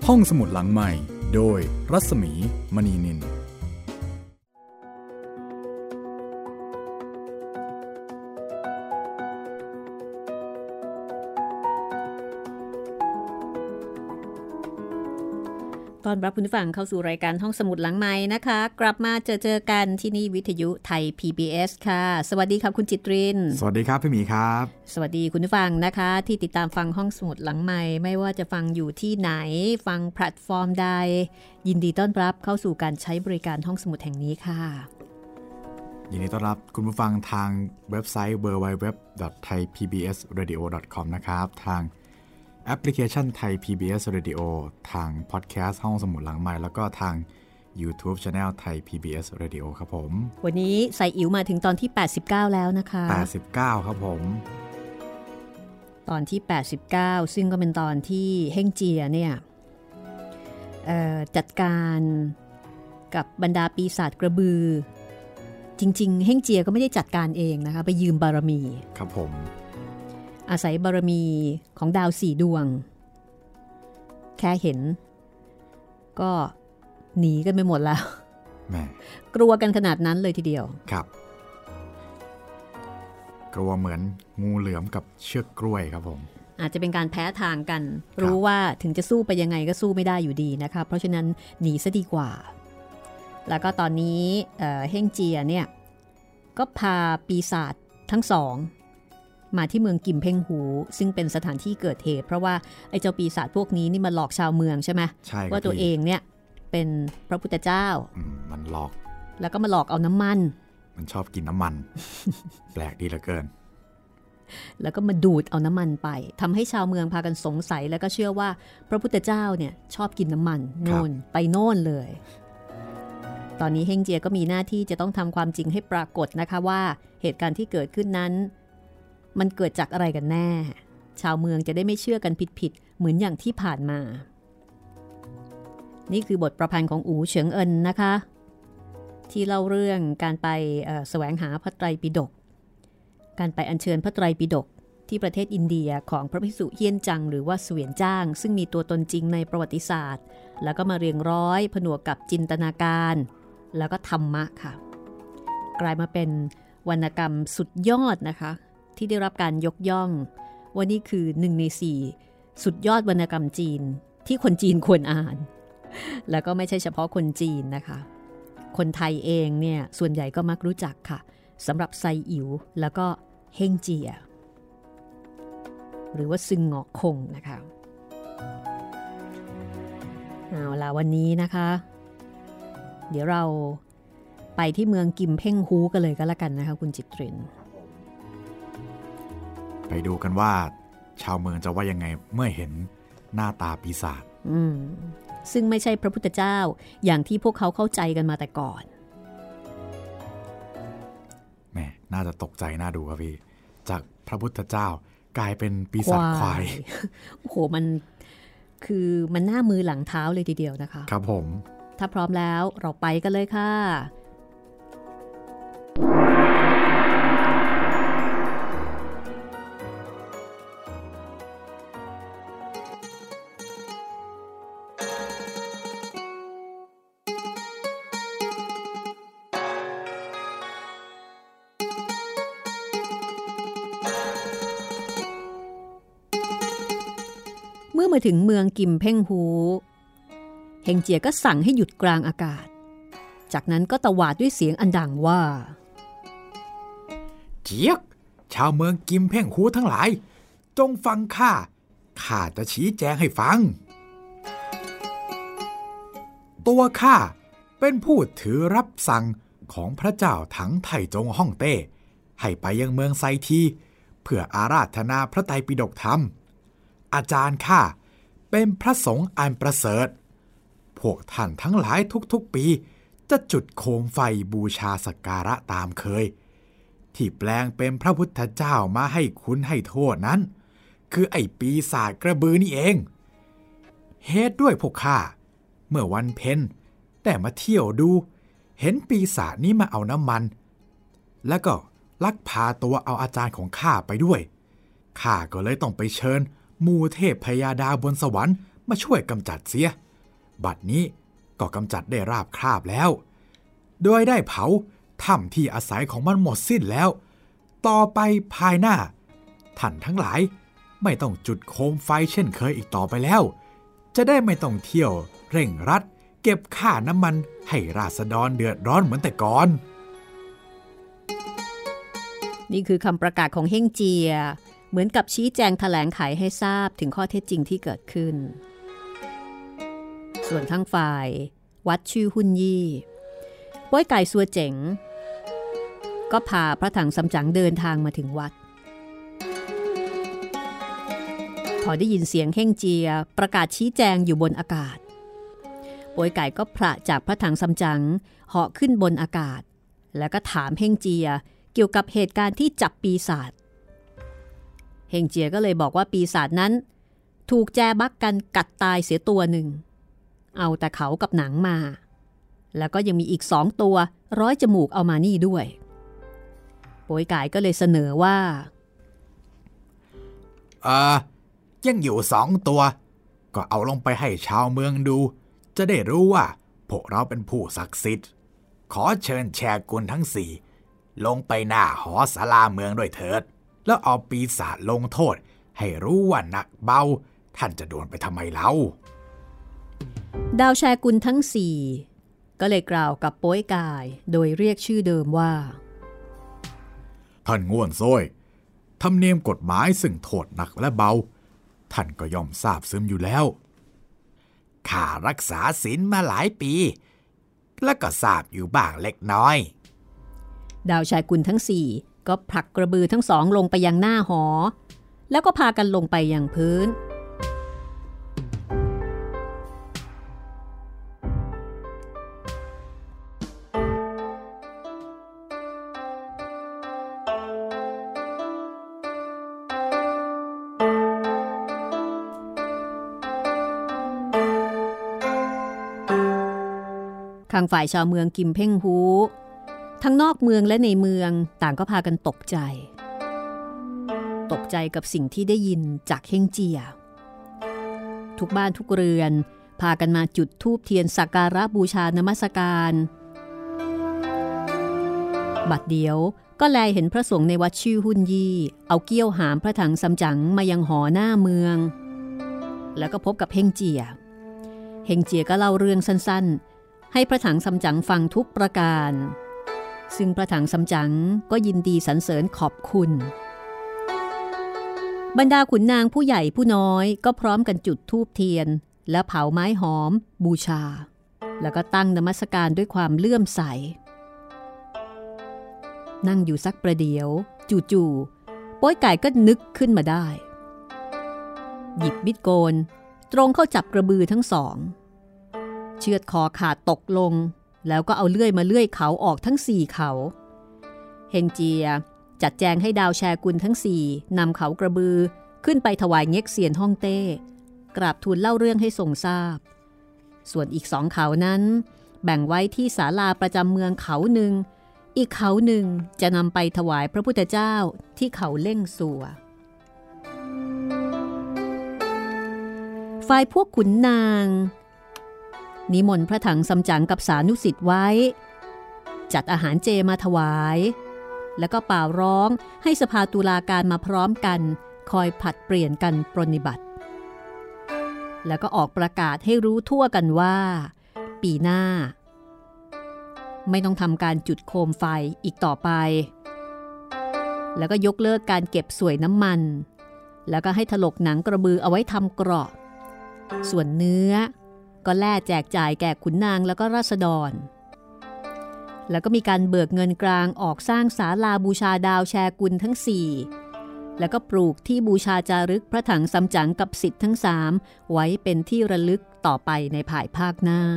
ห้องสมุดหลังใหม่โดยรัศมีมณีนินตอนรับคุณผู้ฟังเข้าสู่รายการห้องสมุดหลังไมค์นะคะกลับมาเจอกันที่นี่วิทยุไทย PBS ค่ะสวัสดีครับคุณจิตรินสวัสดีครับพี่หมีครับสวัสดีคุณผู้ฟังนะคะที่ติดตามฟังห้องสมุดหลังไมค์ไม่ว่าจะฟังอยู่ที่ไหนฟังแพลตฟอร์มใดยินดีต้อนรับเข้าสู่การใช้บริการห้องสมุดแห่งนี้ค่ะยินดีต้อนรับคุณผู้ฟังทางเว็บไซต์ www.thaipbsradio.com นะครับทางแอปพลิเคชันไทย PBS Radio ทางพอดแคสต์ห้องสมุดหลังไมค์แล้วก็ทาง YouTube Channel ไทย PBS Radio ครับผมวันนี้ใส่อิ๋วมาถึงตอนที่89แล้วนะคะ 89ครับผมตอนที่89ซึ่งก็เป็นตอนที่เฮ่งเจียเนี่ยจัดการกับบรรดาปีศาจกระบือจริงๆเฮ่งเจียก็ไม่ได้จัดการเองนะคะไปยืมบารมีครับผมอาศัยบารมีของดาว4ดวงแค่เห็นก็หนีกันไปหมดแล้วกลัวกันขนาดนั้นเลยทีเดียวครับกลัวเหมือนงูเหลือมกับเชือกกล้วยครับผมอาจจะเป็นการแพ้ทางกันรู้ว่าถึงจะสู้ไปยังไงก็สู้ไม่ได้อยู่ดีนะคะเพราะฉะนั้นหนีซะดีกว่าแล้วก็ตอนนี้เฮ่งเจียเนี่ยก็พาปีศาจทั้งสองมาที่เมืองกิมเพ่งหูซึ่งเป็นสถานที่เกิดเหตุเพราะว่าไอ้เจ้าปีศาจพวกนี้นี่มันหลอกชาวเมืองใช่ไหมว่าตัวเองเนี่ยเป็นพระพุทธเจ้ามันหลอกแล้วก็มาหลอกเอาน้ำมันมันชอบกินน้ำมัน แปลกดีเหลือเกินแล้วก็มาดูดเอาน้ำมันไปทำให้ชาวเมืองพากันสงสัยแล้วก็เชื่อว่าพระพุทธเจ้าเนี่ยชอบกินน้ำมันโน่นไปโน่นเลยตอนนี้เฮ่งเจียก็มีหน้าที่จะต้องทำความจริงให้ปรากฏนะคะว่าเหตุการณ์ที่เกิดขึ้นนั้นมันเกิดจากอะไรกันแน่ชาวเมืองจะได้ไม่เชื่อกันผิดๆเหมือนอย่างที่ผ่านมานี่คือบทประพันธ์ของอู๋เฉิงเอินนะคะที่เล่าเรื่องการไปแสวงหาพระไตรปิฎกการไปอัญเชิญพระไตรปิฎกที่ประเทศอินเดียของพระภิกษุเฮียนจังหรือว่าเสวียนจ้างซึ่งมีตัวตนจริงในประวัติศาสตร์แล้วก็มาเรียงร้อยผนวกกับจินตนาการแล้วก็ธรรมะค่ะกลายมาเป็นวรรณกรรมสุดยอดนะคะที่ได้รับการยกย่องว่านี่คือ1 ใน 4สุดยอดวรรณกรรมจีนที่คนจีนควรอ่านแล้วก็ไม่ใช่เฉพาะคนจีนนะคะคนไทยเองเนี่ยส่วนใหญ่ก็มักรู้จักค่ะสำหรับไซอิ๋วแล้วก็เฮ่งเจียหรือว่าซึงหงอกคงนะคะเอาล่ะวันนี้นะคะเดี๋ยวเราไปที่เมืองกิมเพ่งฮูกันเลยก็แล้วกันนะคะคุณจิตรินไปดูกันว่าชาวเมืองจะว่ายังไงเมื่อเห็นหน้าตาปีศาจซึ่งไม่ใช่พระพุทธเจ้าอย่างที่พวกเขาเข้าใจกันมาแต่ก่อนแหมน่าจะตกใจน่าดูครับพี่จากพระพุทธเจ้ากลายเป็นปีศาจควายโอ้โหมันคือมันหน้ามือหลังเท้าเลยทีเดียวนะคะครับผมถ้าพร้อมแล้วเราไปกันเลยค่ะเมื่อมาถึงเมืองกิมเพ่งฮูเฮงเจียก็สั่งให้หยุดกลางอากาศจากนั้นก็ตวาดด้วยเสียงอันดังว่าเจี๊ยกชาวเมืองกิมเพ่งฮูทั้งหลายจงฟังข้าจะชี้แจงให้ฟังตัวข้าเป็นผู้ถือรับสั่งของพระเจ้าถังไถ่จงฮ่องเต้ให้ไปยังเมืองไซทีเพื่ออาราธนาพระไตรปิฎกธรรมอาจารย์ข้าเป็นพระสงฆ์อันประเสริฐพวกท่านทั้งหลายทุกๆปีจะจุดโคมไฟบูชาสักการะตามเคยที่แปลงเป็นพระพุทธเจ้ามาให้คุณให้โทษนั้นคือไอ้ปีศาจกระบือนี่เองเหตุด้วยพวกข้าเมื่อวันเพ็ญแต่มาเที่ยวดูเห็นปีศาจนี้มาเอาน้ำมันแล้วก็ลักพาตัวเอาอาจารย์ของข้าไปด้วยข้าก็เลยต้องไปเชิญหมู่เทพพยาดาบนสวรรค์มาช่วยกำจัดเสียบัดนี้ก็กำจัดได้ราบคาบแล้วโดยได้เผาถ้ำที่อาศัยของมันหมดสิ้นแล้วต่อไปภายหน้าท่านทั้งหลายไม่ต้องจุดโคมไฟเช่นเคยอีกต่อไปแล้วจะได้ไม่ต้องเที่ยวเร่งรัดเก็บค่าน้ำมันให้ราษฎรเดือดร้อนเหมือนแต่ก่อนนี่คือคำประกาศของเฮ่งเจียเหมือนกับชี้แจงแถลงไขให้ทราบถึงข้อเท็จจริงที่เกิดขึ้นส่วนทั้งฝ่ายวัดชื่อหุนยี่ป้อยไก่ซัวเจ๋งก็พาพระถังซัมจั๋งเดินทางมาถึงวัดพอได้ยินเสียงเฮ่งเจียประกาศชี้แจงอยู่บนอากาศป้อยไก่ก็พระจากพระถังซัมจั๋งเหาะขึ้นบนอากาศแล้วก็ถามเฮ่งเจียเกี่ยวกับเหตุการณ์ที่จับปีศาจเฮงเจียก็เลยบอกว่าปีศาจนั้นถูกแจบักกันกัดตายเสียตัวหนึ่งเอาแต่เขากับหนังมาแล้วก็ยังมีอีก2 ตัวร้อยจมูกเอามานี่ด้วยโป้ยก่ายก็เลยเสนอว่ายังอยู่2 ตัวก็เอาลงไปให้ชาวเมืองดูจะได้รู้ว่าพวกเราเป็นผู้ศักดิ์สิทธิ์ขอเชิญแชกุลทั้ง4ลงไปหน้าหอศาลาเมืองด้วยเถิดแล้วเอาปีศาจลงโทษให้รู้ว่าหนักเบาท่านจะโดนไปทำไมเล่าดาวแชกุลทั้ง4ก็เลยกล่าวกับโป้ยกายโดยเรียกชื่อเดิมว่าท่านง่วนโซ้ยธรรมเนียมกฎหมายซึ่งโทษหนักและเบาท่านก็ย่อมทราบซึ้งอยู่แล้วข้ารักษาศีลมาหลายปีและก็ทราบอยู่บ้างเล็กน้อยดาวชายกุลทั้ง4ก็ผลักกระบือทั้ง2ลงไปยังหน้าหอแล้วก็พากันลงไปยังพื้นทางฝ่ายชาวเมืองกิมเพ่งฮูทั้งนอกเมืองและในเมืองต่างก็พากันตกใจกับสิ่งที่ได้ยินจากเฮ่งเจียทุกบ้านทุกเรือนพากันมาจุดธูปเทียนสักการะบูชานมัสการบัดเดียวก็แลเห็นพระสงฆ์ในวัดชื่อหุนยี่เอาเกี้ยวหามพระถังซัมจั๋งมายังหอหน้าเมืองแล้วก็พบกับเฮ่งเจียก็เล่าเรื่องสั้นๆให้พระถังซัมจั๋งฟังทุกประการซึ่งพระถังซัมจั๋งก็ยินดีสรรเสริญขอบคุณบรรดาขุนนางผู้ใหญ่ผู้น้อยก็พร้อมกันจุดธูปเทียนและเผาไม้หอมบูชาแล้วก็ตั้งนมัสการด้วยความเลื่อมใสนั่งอยู่สักประเดี๋ยวจู่ๆโป้ยไก่ก็นึกขึ้นมาได้หยิบมิดโกนตรงเข้าจับกระบือทั้ง2เชือดคอขาดตกลงแล้วก็เอาเลื่อยมาเลื่อยเขาออกทั้ง4เขาเฮงเจียจัดแจงให้ดาวแชกุลทั้ง4นำเขากระบือขึ้นไปถวายเง็กเซียนฮ่องเต้กราบทูลเล่าเรื่องให้ทรงทราบส่วนอีก2เขานั้นแบ่งไว้ที่ศาลาประจำเมืองเขาหนึ่งอีกเขาหนึ่งจะนำไปถวายพระพุทธเจ้าที่เขาเล่งสัวฝ่ายพวกขุนนางนิมนต์พระถังซัมจั๋งกับสานุสิทธิ์ไว้จัดอาหารเจมาถวายแล้วก็เป่าร้องให้สภาตุลาการมาพร้อมกันคอยผลัดเปลี่ยนกันปรนนิบัติแล้วก็ออกประกาศให้รู้ทั่วกันว่าปีหน้าไม่ต้องทำการจุดโคมไฟอีกต่อไปแล้วก็ยกเลิกการเก็บสวยน้ำมันแล้วก็ให้ถลกหนังกระบือเอาไว้ทำเกราะส่วนเนื้อก็แล่แจกจ่ายแก่ขุนนางแล้วก็ราษฎรแล้วก็มีการเบิกเงินกลางออกสร้างศาลาบูชาดาวแชกุลทั้ง4แล้วก็ปลูกที่บูชาจารึกพระถังซัมจั๋งกับศิษย์ทั้ง3ไว้เป็นที่ระลึกต่อไปในภายภาคหน้า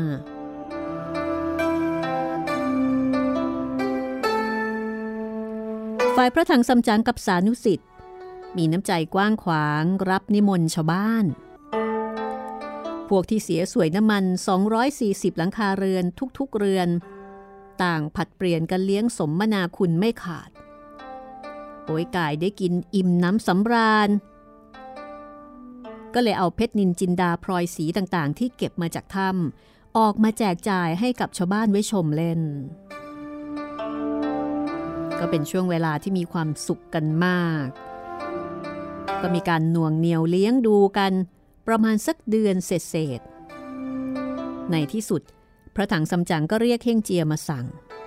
ฝ่ายพระถังซัมจั๋งกับสานุสิทธิ์มีน้ำใจกว้างขวางรับนิมนต์ชาวบ้านพวกที่เสียสวยน้ำมัน240หลังคาเรือนทุกๆเรือนต่างผัดเปลี่ยนกันเลี้ยงสมนาคุณไม่ขาดโป้ยก่ายได้กินอิ่มน้ำสำราญก็เลยเอาเพชรนินจินดาพลอยสีต่างๆที่เก็บมาจากถ้ำออกมาแจกจ่ายให้กับชาวบ้านไว้ชมเล่นก็เป็นช่วงเวลาที่มีความสุขกันมากก็มีการหน่วงเหนี่ยวเลี้ยงดูกันประมาณสักเดือนเศษในที่สุดพระถังซัมจั๋งก็เรียกเฮ่งเจียมาสั่ง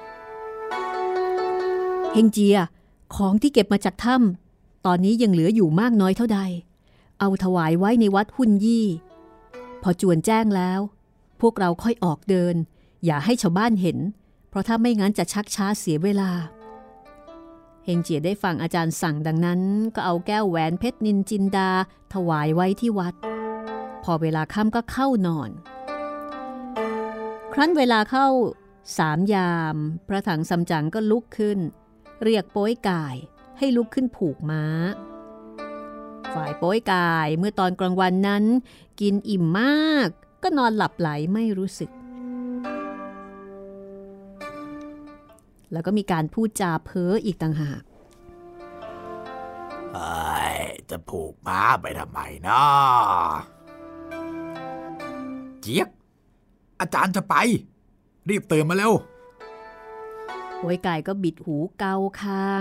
เฮ่งเจียของที่เก็บมาจากถ้ำตอนนี้ยังเหลืออยู่มากน้อยเท่าใดเอาถวายไว้ในวัดหุ่นยี่พอจวนแจ้งแล้วพวกเราค่อยออกเดินอย่าให้ชาวบ้านเห็นเพราะถ้าไม่งั้นจะชักช้าเสียเวลาเฮงเจียได้ฟังอาจารย์สั่งดังนั้นก็เอาแก้วแหวนเพชรนินจินดาถวายไว้ที่วัดพอเวลาค่ำก็เข้านอนครั้นเวลาเข้า3 ยามพระถังซัมจั๋งก็ลุกขึ้นเรียกโป้ยก่ายให้ลุกขึ้นผูกม้าฝ่ายโป้ยก่ายเมื่อตอนกลางวันนั้นกินอิ่มมากก็นอนหลับไหลไม่รู้สึกแล้วก็มีการพูดจาเพ้ออีกต่างหากจะผูกม้าไปทำไมนะเจี๊ยกอาจารย์จะไปรีบตื่นมาเร็วโป้ยก่ายก็บิดหูเกาคาง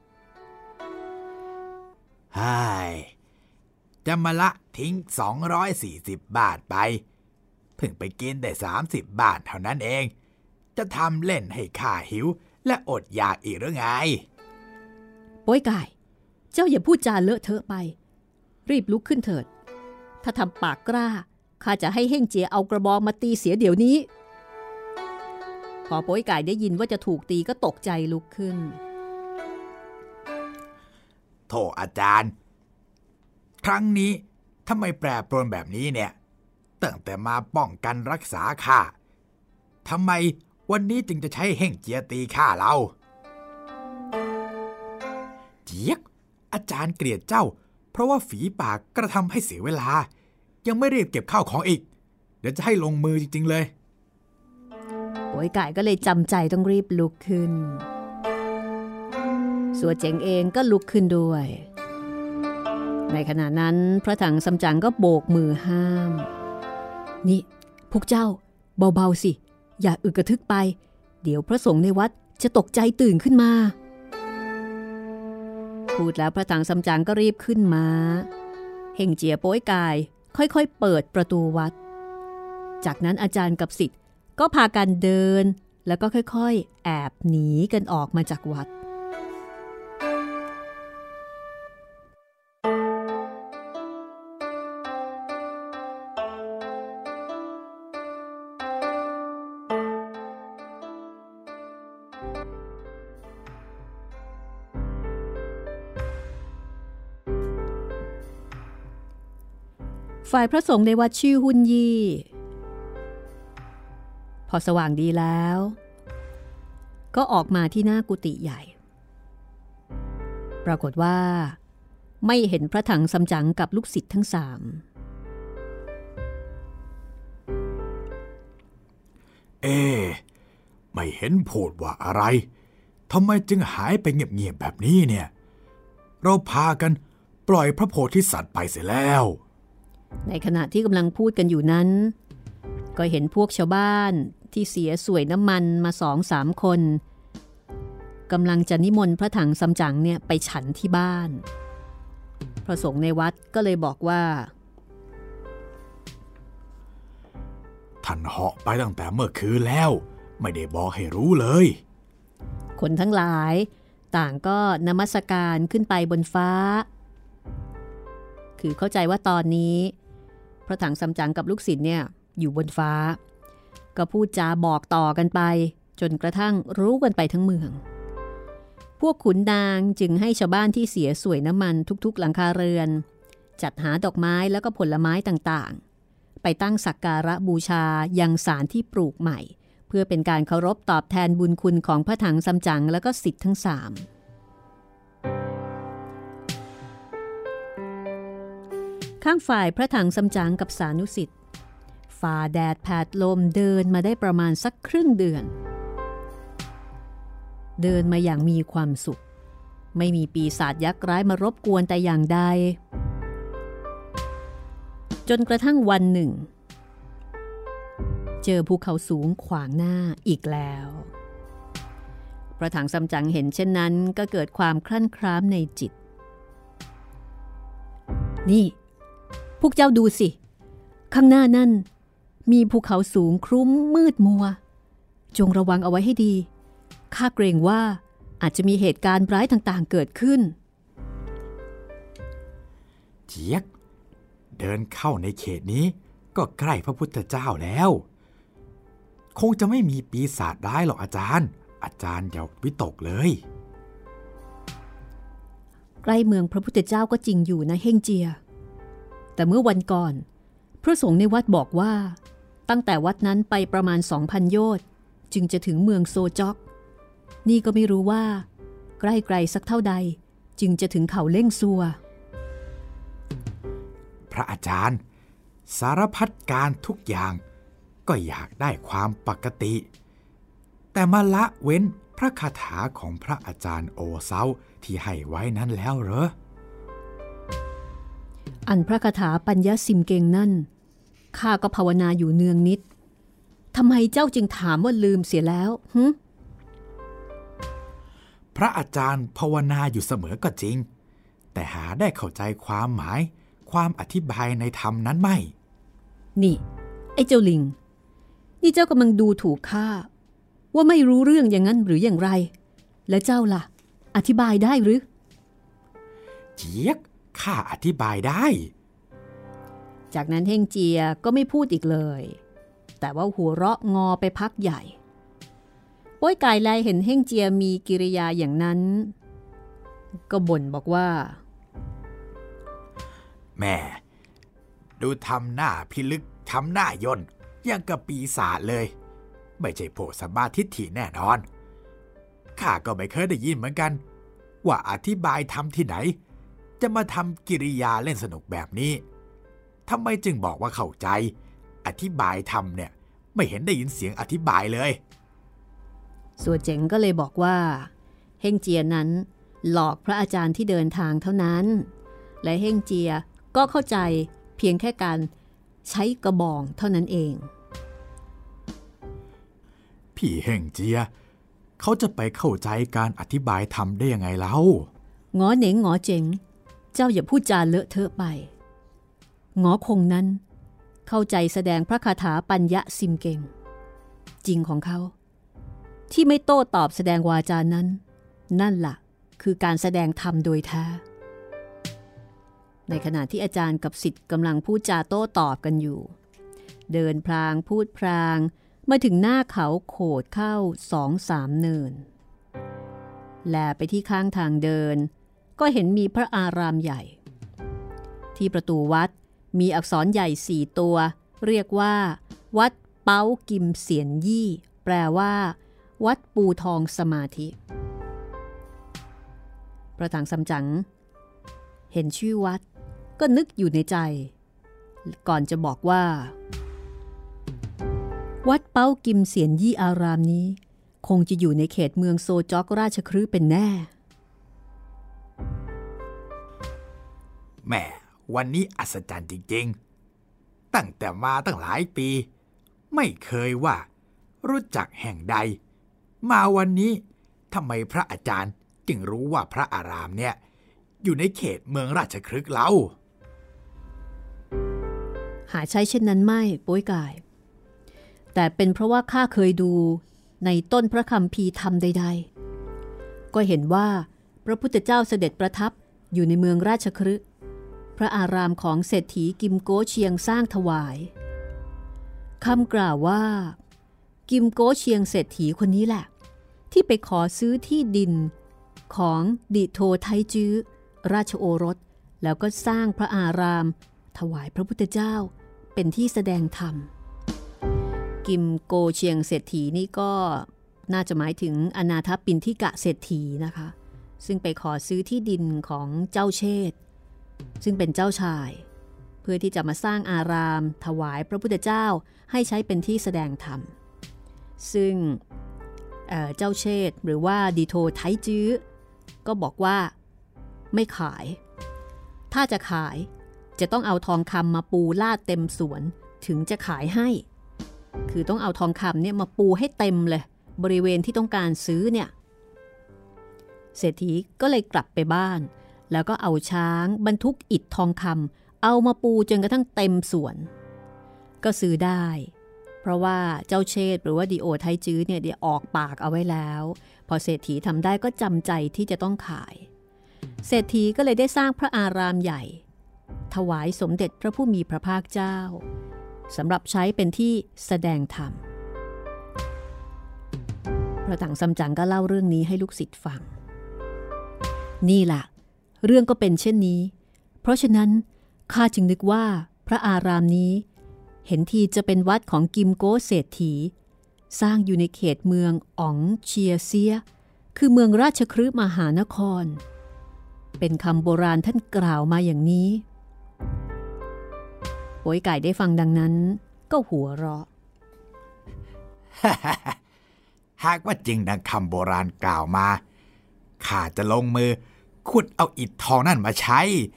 จะมาละทิ้ง240 บาทไปเพิ่งไปกินได้30 บาทเท่านั้นเองจะทำเล่นให้ข้าหิวและอดอยากอีกหรือไงโป้ยก่ายเจ้าอย่าพูดจาเลอะเทอะไปรีบลุกขึ้นเถิดถ้าทำปากกล้าข้าจะให้เฮ่งเจียเอากระบองมาตีเสียเดี๋ยวนี้พอโป้ยก่ายได้ยินว่าจะถูกตีก็ตกใจลุกขึ้นโธ่อาจารย์ครั้งนี้ทำไมแปรปรวนแบบนี้เนี่ยตั้งแต่มาป้องกันรักษาข้าทำไมวันนี้จึงจะใช้เฮ่งเจียตีข้าเราเจี๊ยกอาจารย์เกลียดเจ้าเพราะว่าฝีปากกระทำให้เสียเวลายังไม่รีบเก็บข้าวของอีกเดี๋ยวจะให้ลงมือจริงๆเลยโป้ยก่ายก็เลยจำใจต้องรีบลุกขึ้นสัวเจ๋งเองก็ลุกขึ้นด้วยในขณะนั้นพระถังซัมจั๋งก็โบกมือห้ามนี่พวกเจ้าเบาๆสิอย่าอึกกระทึกไปเดี๋ยวพระสงฆ์ในวัดจะตกใจตื่นขึ้นมาพูดแล้วพระถังซัมจั๋งก็รีบขึ้นมาเฮ่งเจียโป้ยก่ายค่อยๆเปิดประตูวัดจากนั้นอาจารย์กับศิษย์ก็พากันเดินแล้วก็ค่อยๆแอบหนีกันออกมาจากวัดฝ่ายพระสงฆ์ในวัดชื่อหุ่นยี่พอสว่างดีแล้วก็ออกมาที่หน้ากุฏิใหญ่ปรากฏว่าไม่เห็นพระถังซัมจั๋งกับลูกศิษย์ทั้ง3 ไม่เห็นพูดว่าอะไรทำไมจึงหายไปเงียบๆแบบนี้เนี่ยเราพากันปล่อยพระโพธิสัตว์ไปเสียแล้วในขณะที่กำลังพูดกันอยู่นั้นก็เห็นพวกชาวบ้านที่เสียสวยน้ำมันมา 2-3 คนกำลังจะนิมนต์พระถังซัมจั๋งเนี่ยไปฉันที่บ้านพระสงฆ์ในวัดก็เลยบอกว่าท่านเหาะไปตั้งแต่เมื่อคืนแล้วไม่ได้บอกให้รู้เลยคนทั้งหลายต่างก็นมัสการขึ้นไปบนฟ้าคือเข้าใจว่าตอนนี้พระถังซัมจั๋งกับลูกศิษย์เนี่ยอยู่บนฟ้าก็พูดจาบอกต่อกันไปจนกระทั่งรู้กันไปทั้งเมืองพวกขุนนางจึงให้ชาวบ้านที่เสียสวยน้ำมันทุกๆหลังคาเรือนจัดหาดอกไม้แล้วก็ผลไม้ต่างๆไปตั้งสักการะบูชายังศาลที่ปลูกใหม่เพื่อเป็นการเคารพตอบแทนบุญคุณของพระถังซัมจั๋งแล้วก็ศิษย์ทั้ง3ข้างฝ่ายพระถังซัมจั๋งกับสานุศิษย์ฝ่าแดดแผดลมเดินมาได้ประมาณสักครึ่งเดือนเดินมาอย่างมีความสุขไม่มีปีศาจยักษ์ร้ายมารบกวนแต่อย่างใดจนกระทั่งวันหนึ่งเจอภูเขาสูงขวางหน้าอีกแล้วพระถังซัมจั๋งเห็นเช่นนั้นก็เกิดความครั่นคร้ามในจิตนี่พวกเจ้าดูสิข้างหน้านั่นมีภูเขาสูงคลุ้มมืดมัวจงระวังเอาไว้ให้ดีข้าเกรงว่าอาจจะมีเหตุการณ์ร้ายต่างๆเกิดขึ้นเจี๊ยกเดินเข้าในเขตนี้ก็ใกล้พระพุทธเจ้าแล้วคงจะไม่มีปีศาจร้ายหรอกอาจารย์อย่าวิตกเลยใกล้เมืองพระพุทธเจ้าก็จริงอยู่นะเฮ่งเจียแต่เมื่อวันก่อนพระสงฆ์ในวัดบอกว่าตั้งแต่วัดนั้นไปประมาณ 2,000 โยชน์จึงจะถึงเมืองโซจ็อกนี่ก็ไม่รู้ว่าใกล้ไกลสักเท่าใดจึงจะถึงเขาเล่งซัวพระอาจารย์สารพัดการทุกอย่างก็อยากได้ความปกติแต่มาละเว้นพระคาถาของพระอาจารย์โอเซาที่ให้ไว้นั้นแล้วเหรออันพระคาถาปัญญสิมเกงนั่นข้าก็ภาวนาอยู่เนืองนิดทำไมเจ้าจึงถามว่าลืมเสียแล้วพระอาจารย์ภาวนาอยู่เสมอก็จริงแต่หาได้เข้าใจความหมายความอธิบายในธรรมนั้นไม่นี่ไอ้เจ้าลิงนี่เจ้ากำลังดูถูกข้าว่าไม่รู้เรื่องอย่างนั้นหรืออย่างไรและเจ้าล่ะอธิบายได้หรือเจี๊ยกข้าอธิบายได้จากนั้นเฮ่งเจียก็ไม่พูดอีกเลยแต่ว่าหัวเราะงอไปพักใหญ่โป้ยกายไลเห็นเฮ่งเจียมีกิริยาอย่างนั้นก็บ่นบอกว่าแม่ดูทำหน้าพิลึกทำหน้าย่นยังกับปีศาจเลยไม่ใช่โพสัมมาทิฏฐิแน่นอนข้าก็ไม่เคยได้ยินเหมือนกันว่าอธิบายทำที่ไหนจะมาทำกิริยาเล่นสนุกแบบนี้ทำไมจึงบอกว่าเข้าใจอธิบายทำเนี่ยไม่เห็นได้ยินเสียงอธิบายเลยสัวเจ๋งก็เลยบอกว่าเฮ่งเจียนั้นหลอกพระอาจารย์ที่เดินทางเท่านั้นและเฮ่งเจียก็เข้าใจเพียงแค่การใช้กระบองเท่านั้นเองพี่เฮ่งเจียเขาจะไปเข้าใจการอธิบายธรรมได้ยังไงเล่าหงอเหน่งหงอเจ๋งเจ้าอย่าพูดจาเลอะเทอะไปหงอคงนั้นเข้าใจแสดงพระคาถาปัญญสิมเก่งจริงของเขาที่ไม่โต้ตอบแสดงวาจานั้นนั่นล่ะคือการแสดงธรรมโดยแท้ในขณะที่อาจารย์กับศิษย์กำลังพูดจาโต้ตอบกันอยู่เดินพลางพูดพลางมาถึงหน้าเขาโขดเข้า 2-3 เนินแลไปที่ข้างทางเดินก็เห็นมีพระอารามใหญ่ที่ประตูวัดมีอักษรใหญ่4ตัวเรียกว่าวัดเป้ากิมเสียนยี่แปลว่าวัดปูทองสมาธิพระถังซัมจั๋งเห็นชื่อวัดก็นึกอยู่ในใจก่อนจะบอกว่าวัดเป้ากิมเสียนยี่อารามนี้คงจะอยู่ในเขตเมืองโซจ็อกราชคฤห์เป็นแน่แม่วันนี้อัศจรรย์จริงๆตั้งแต่มาตั้งหลายปีไม่เคยว่ารู้จักแห่งใดมาวันนี้ทำไมพระอาจารย์จึงรู้ว่าพระอารามเนี่ยอยู่ในเขตเมืองราชคฤห์เล่าหาใช่เช่นนั้นไม่โป้ยกายแต่เป็นเพราะว่าข้าเคยดูในต้นพระคัมภีร์ธรรมใดๆก็เห็นว่าพระพุทธเจ้าเสด็จประทับอยู่ในเมืองราชคฤห์พระอารามของเศรษฐีกิมโกเชียงสร้างถวายคำกล่าวว่ากิมโกเชียงเศรษฐีคนนี้แหละที่ไปขอซื้อที่ดินของดิโทไทจื้อราชโอรสแล้วก็สร้างพระอารามถวายพระพุทธเจ้าเป็นที่แสดงธรรมกิมโกเชียงเศรษฐีนี่ก็น่าจะหมายถึงอนาถปินทิกะเศรษฐีนะคะซึ่งไปขอซื้อที่ดินของเจ้าเชษฐ์ซึ่งเป็นเจ้าชายเพื่อที่จะมาสร้างอารามถวายพระพุทธเจ้าให้ใช้เป็นที่แสดงธรรมซึ่งเจ้าเชษฐ์หรือว่าดิโทไทจื้อก็บอกว่าไม่ขายถ้าจะขายจะต้องเอาทองคำมาปูลาดเต็มสวนถึงจะขายให้คือต้องเอาทองคำเนี่ยมาปูให้เต็มเลยบริเวณที่ต้องการซื้อเนี่ยเศรษฐีก็เลยกลับไปบ้านแล้วก็เอาช้างบรรทุกอิฐทองคำเอามาปูจนกระทั่งเต็มสวนก็ซื้อได้เพราะว่าเจ้าเชษฐ์หรือว่าดิโอไทจื้อเนี่ยได้ออกปากเอาไว้แล้วพอเศรษฐีทำได้ก็จำใจที่จะต้องขายเศรษฐีก็เลยได้สร้างพระอารามใหญ่ถวายสมเด็จพระผู้มีพระภาคเจ้าสำหรับใช้เป็นที่แสดงธรรมพระถังซัมจั๋งก็เล่าเรื่องนี้ให้ลูกศิษย์ฟังนี่ล่ะเรื่องก็เป็นเช่นนี้เพราะฉะนั้นข้าจึงนึกว่าพระอารามนี้เห็นทีจะเป็นวัดของกิมโกเศรษฐีสร้างอยู่ในเขตเมืองอ๋องเชียเซียคือเมืองราชคฤห์มหานครเป็นคำโบราณท่านกล่าวมาอย่างนี้โป๋ยไก่ได้ฟังดังนั้นก็หัวเราะหากว่าจริงดังคำโบราณกล่าวมาข้าจะลงมือขุดเอาอิฐทองนั่นมาใช้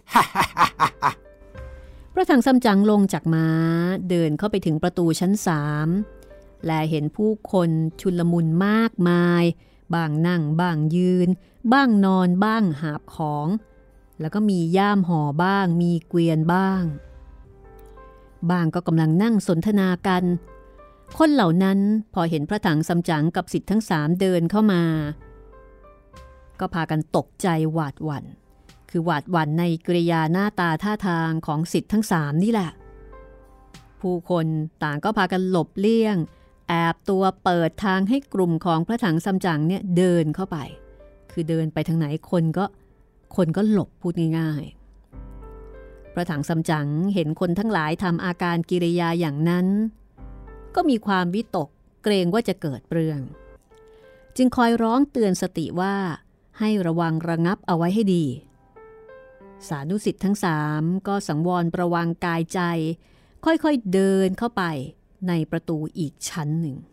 พระถังซัมจั๋งลงจากม้าเดินเข้าไปถึงประตูชั้น3และเห็นผู้คนชุลมุนมากมายบ้างนั่งบ้างยืนบ้างนอนบ้างหาบของแล้วก็มีย่ามห่อบ้างมีเกวียนบ้างก็กำลังนั่งสนทนากันคนเหล่านั้นพอเห็นพระถังซัมจั๋งกับศิษย์ทั้ง3เดินเข้ามาก็พากันตกใจหวาดหวั่นคือหวาดหวั่นในกริยาหน้าตาท่าทางของศิษย์ทั้ง3นี่แหละผู้คนต่างก็พากันหลบเลี่ยงแอบตัวเปิดทางให้กลุ่มของพระถังซัมจั๋งเนี่ยเดินเข้าไปคือเดินไปทางไหนคนก็หลบพูดง่ายๆพระถังซัมจั๋งเห็นคนทั้งหลายทำอาการกิริยาอย่างนั้นก็มีความวิตกเกรงว่าจะเกิดเรื่องจึงคอยร้องเตือนสติว่าให้ระวังระงับเอาไว้ให้ดีสานุศิษย์ทั้ง3ก็สังวรประวังกายใจค่อยๆเดินเข้าไปในประตูอีกชั้นหนึ่ง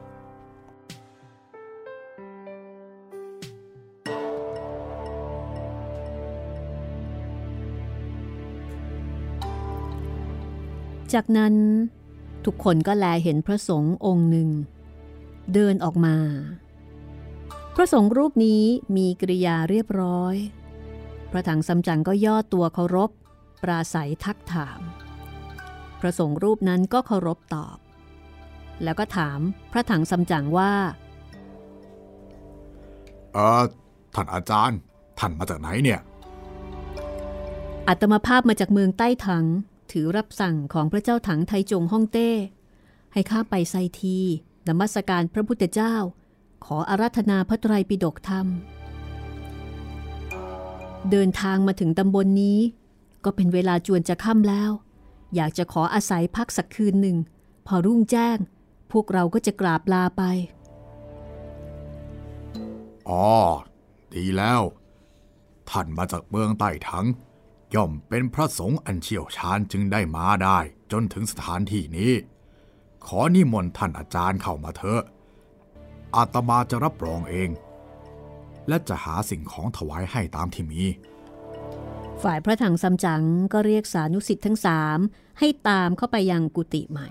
จากนั้นทุกคนก็แลเห็นพระสงฆ์องค์หนึ่งเดินออกมาพระสงฆ์รูปนี้มีกริยาเรียบร้อยพระถังซัมจั๋งก็ย่อตัวเคารพปราศัยทักถามพระสงฆ์รูปนั้นก็เคารพตอบแล้วก็ถามพระถังซัมจั๋งว่าท่านอาจารย์ท่านมาจากไหนเนี่ยอาตมาภาพมาจากเมืองใต้ถังถือรับสั่งของพระเจ้าถังไทจงฮ่องเต้ให้ข้าไปไซทีนมัสการพระพุทธเจ้าขออาราธนาพระไตรปิฎกธรรมเดินทางมาถึงตำบลนี้ก็เป็นเวลาจวนจะค่ำแล้วอยากจะขออาศัยพักสักคืนหนึ่งพอรุ่งแจ้งพวกเราก็จะกราบลาไปดีแล้วท่านมาจากเมืองใต้ถังย่อมเป็นพระสงฆ์อันเชี่ยวชาญจึงได้มาได้จนถึงสถานที่นี้ขอนิมนต์ท่านอาจารย์เข้ามาเถอะอาตมาจะรับรองเองและจะหาสิ่งของถวายให้ตามที่มีฝ่ายพระถังซัมจั๋งก็เรียกสานุศิษย์ทั้ง3ให้ตามเข้าไปยังกุฏิใหม่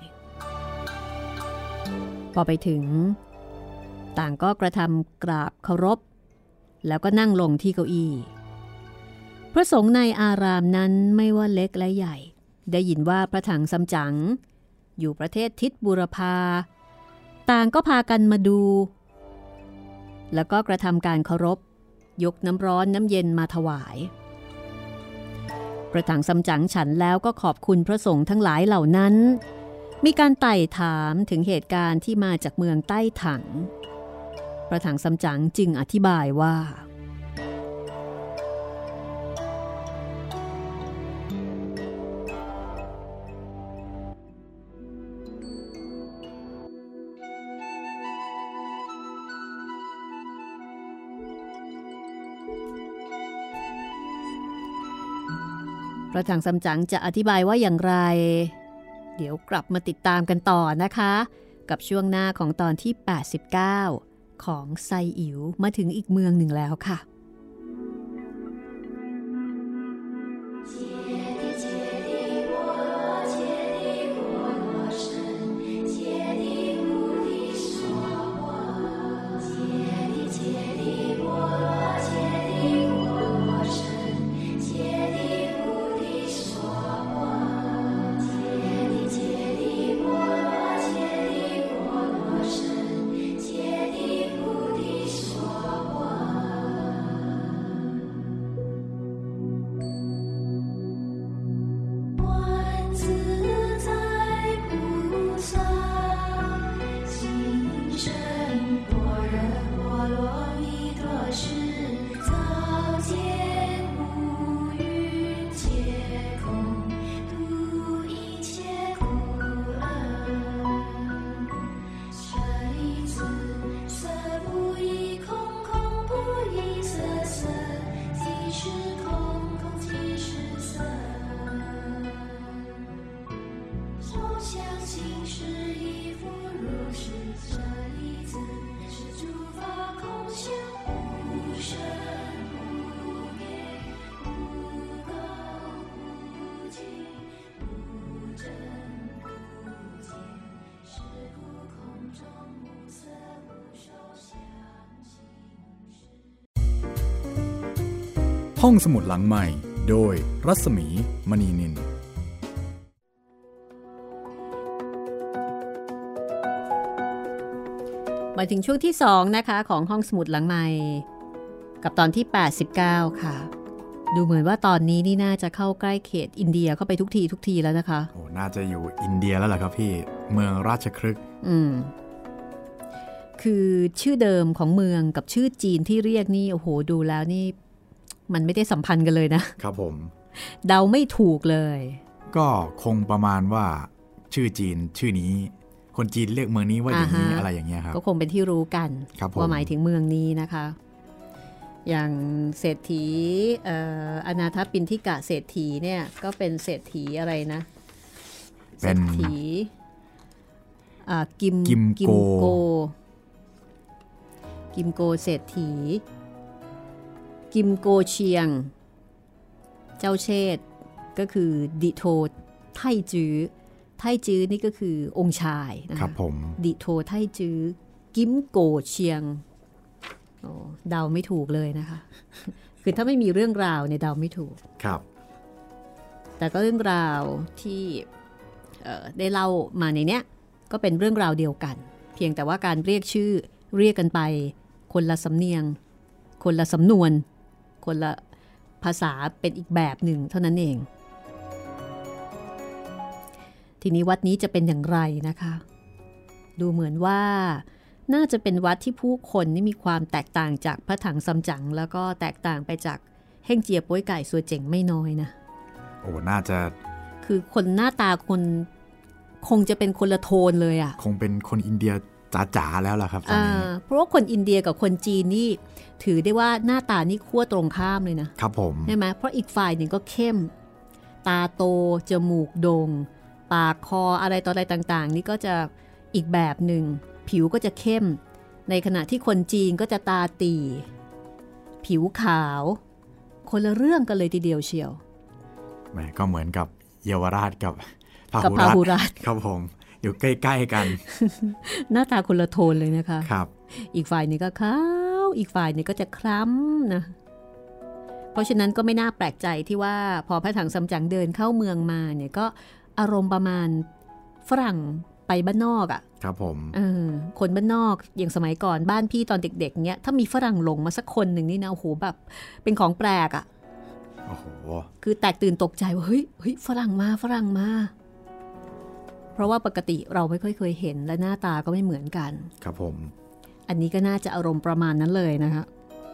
พอไปถึงต่างก็กระทำกราบเคารพแล้วก็นั่งลงที่เก้าอี้พระสงฆ์ในอารามนั้นไม่ว่าเล็กและใหญ่ได้ยินว่าพระถังซัมจั๋งอยู่ประเทศทิศบูรพาต่างก็พากันมาดูแล้วก็กระทำการเคารพยกน้ำร้อนน้ำเย็นมาถวายพระถังซัมจั๋งฉันแล้วก็ขอบคุณพระสงฆ์ทั้งหลายเหล่านั้นมีการไต่ถามถึงเหตุการณ์ที่มาจากเมืองใต้ถังพระถังซัมจั๋งจึงอธิบายว่าพระถังซัมจั๋งจะอธิบายว่าอย่างไรเดี๋ยวกลับมาติดตามกันต่อนะคะกับช่วงหน้าของตอนที่89ของไซอิ๋วมาถึงอีกเมืองหนึ่งแล้วค่ะ相信是一幅如是这一字是诸法空相无生无灭无垢无净无真无见是故空中无色无受想行识ห้องสมุดหลังใหม่โดยรัศมีมณีนินมาถึงช่วงที่2นะคะของห้องสมุดหลังใหม่กับตอนที่89ค่ะดูเหมือนว่าตอนนี้นี่น่าจะเข้าใกล้เขตอินเดียเข้าไปทุกทีแล้วนะคะโอ้น่าจะอยู่อินเดียแล้วล่ะครับพี่เมืองราชคฤห์คือชื่อเดิมของเมืองกับชื่อจีนที่เรียกนี่โอ้โหดูแล้วนี่มันไม่ได้สัมพันธ์กันเลยนะครับผมเดาไม่ถูกเลยก็คงประมาณว่าชื่อจีนชื่อนี้คนจีนเรียกเมืองนี้ว่าอย่างนี้อะไรอย่างเงี้ยครับก็คงเป็นที่รู้กันว่าหมายถึงเมืองนี้นะคะอย่างเศรษฐีอนาถปิณฑิกะเศรษฐีเนี่ยก็เป็นเศรษฐีอะไรนะเศรษฐีกิมโกเศรษฐีกิมโกเชียงเจ้าเชษฐ์ก็คือดิโทไทจื้อนี่ก็คือองค์ชายนะครับผมดิโทไทจื้อกิมโกเชียงโอ้เดาไม่ถูกเลยนะคะคือถ้าไม่มีเรื่องราวเนี่ยเดาไม่ถูกครับแต่ก็เรื่องราวที่ได้เล่ามาในเนี้ยก็เป็นเรื่องราวเดียวกันเพียงแต่ว่าการเรียกชื่อเรียกกันไปคนละสำเนียงคนละสำนวนคนละภาษาเป็นอีกแบบหนึ่งเท่านั้นเองทีนี้วัดนี้จะเป็นอย่างไรนะคะดูเหมือนว่าน่าจะเป็นวัดที่ผู้คนนี่มีความแตกต่างจากพระถังซัมจั๋งแล้วก็แตกต่างไปจากเฮ่งเจียป้วยไก่ซัวเจ๋งไม่น้อยนะโอ้น่าจะคือคนหน้าตาคนคงจะเป็นคนละโทนเลยอ่ะคงเป็นคนอินเดียจ๋าๆแล้วล่ะครับตอนนี้เพราะว่าคนอินเดียกับคนจีนนี่ถือได้ว่าหน้าตานี่ขั้วตรงข้ามเลยนะครับผมใช่ไหมเพราะอีกฝ่ายหนึ่งก็เข้มตาโตจมูกโด่งปากคออะไรต่ออะไรต่างๆนี่ก็จะอีกแบบหนึ่งผิวก็จะเข้มในขณะที่คนจีนก็จะตาตีผิวขาวคนละเรื่องกันเลยทีเดียวเชียวแหมก็เหมือนกับเยาวราชกับพหุรัฐครับผมอยู่ใกล้ๆกันหน้าตาคนละโทนเลยนะคะครับอีกฝ่ายนึงก็ขาวอีกฝ่ายนึงก็จะคล้ำนะเพราะฉะนั้นก็ไม่น่าแปลกใจที่ว่าพอพระถังซัมจั๋งเดินเข้าเมืองมาเนี่ยก็อารมณ์ประมาณฝรั่งไปบ้านนอกอ่ะครับผมคนบ้านนอกอย่างสมัยก่อนบ้านพี่ตอนเด็กๆเนี้ยถ้ามีฝรั่งหลงมาสักคนหนึ่งนี่นะโอ้โหแบบเป็นของแปลกอ่ะโอ้โหคือแตกตื่นตกใจว่าเฮ้ยฝรั่งมาเพราะว่าปกติเราไม่ค่อยเคยเห็นและหน้าตาก็ไม่เหมือนกันครับผมอันนี้ก็น่าจะอารมณ์ประมาณนั้นเลยนะคะ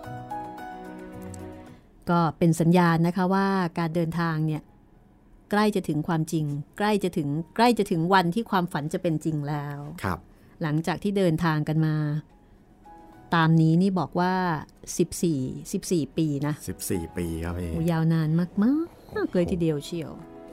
ก็เป็นสัญญาณนะคะว่าการเดินทางเนี่ยใกล้จะถึงความจริงใกล้จะถึงวันที่ความฝันจะเป็นจริงแล้วครับหลังจากที่เดินทางกันมาตามนี้นี่บอกว่า14ปีนะ 14ปีครับพี่ยาวนานมากๆเลยทีเดียวเชียว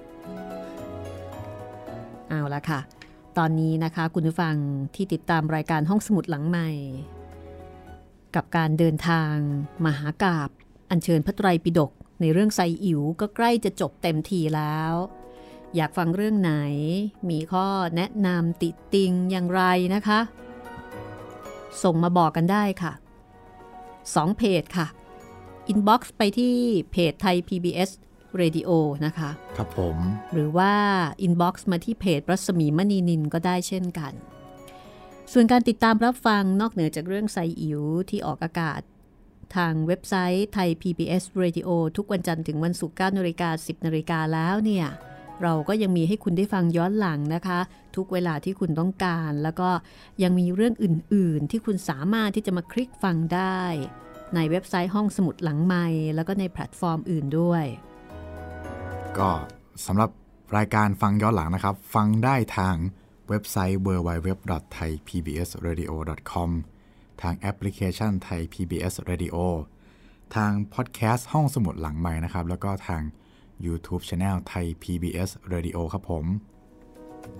เอาละค่ะตอนนี้นะคะคุณผู้ฟังที่ติดตามรายการห้องสมุดหลังใหม่กับการเดินทางมหากาพย์อัญเชิญพระไตรปิฎกในเรื่องไซอิ๋วก็ใกล้จะจบเต็มทีแล้วอยากฟังเรื่องไหนมีข้อแนะนำติติงอย่างไรนะคะส่งมาบอกกันได้ค่ะ2เพจค่ะอินบ็อกซ์ไปที่เพจไทย PBS Radio นะคะครับผมหรือว่าอินบ็อกซ์มาที่เพจรัศมีมณีนินก็ได้เช่นกันส่วนการติดตามรับฟังนอกเหนือจากเรื่องไซอิ๋วที่ออกอากาศทางเว็บไซต์ไทย PBS Radio ทุกวันจันทร์ถึงวันศุกร์ 9:10 น.แล้วเนี่ยเราก็ยังมีให้คุณได้ฟังย้อนหลังนะคะทุกเวลาที่คุณต้องการแล้วก็ยังมีเรื่องอื่นๆที่คุณสามารถที่จะมาคลิกฟังได้ในเว็บไซต์ห้องสมุดหลังไมค์แล้วก็ในแพลตฟอร์มอื่นด้วยก็สำหรับรายการฟังย้อนหลังนะครับฟังได้ทางเว็บไซต์ www.thaipbsradio.com ทางแอปพลิเคชัน Thai PBS Radio ทางพอดแคสต์ห้องสมุดหลังใหม่นะครับแล้วก็ทาง YouTube Channel Thai PBS Radio ครับผม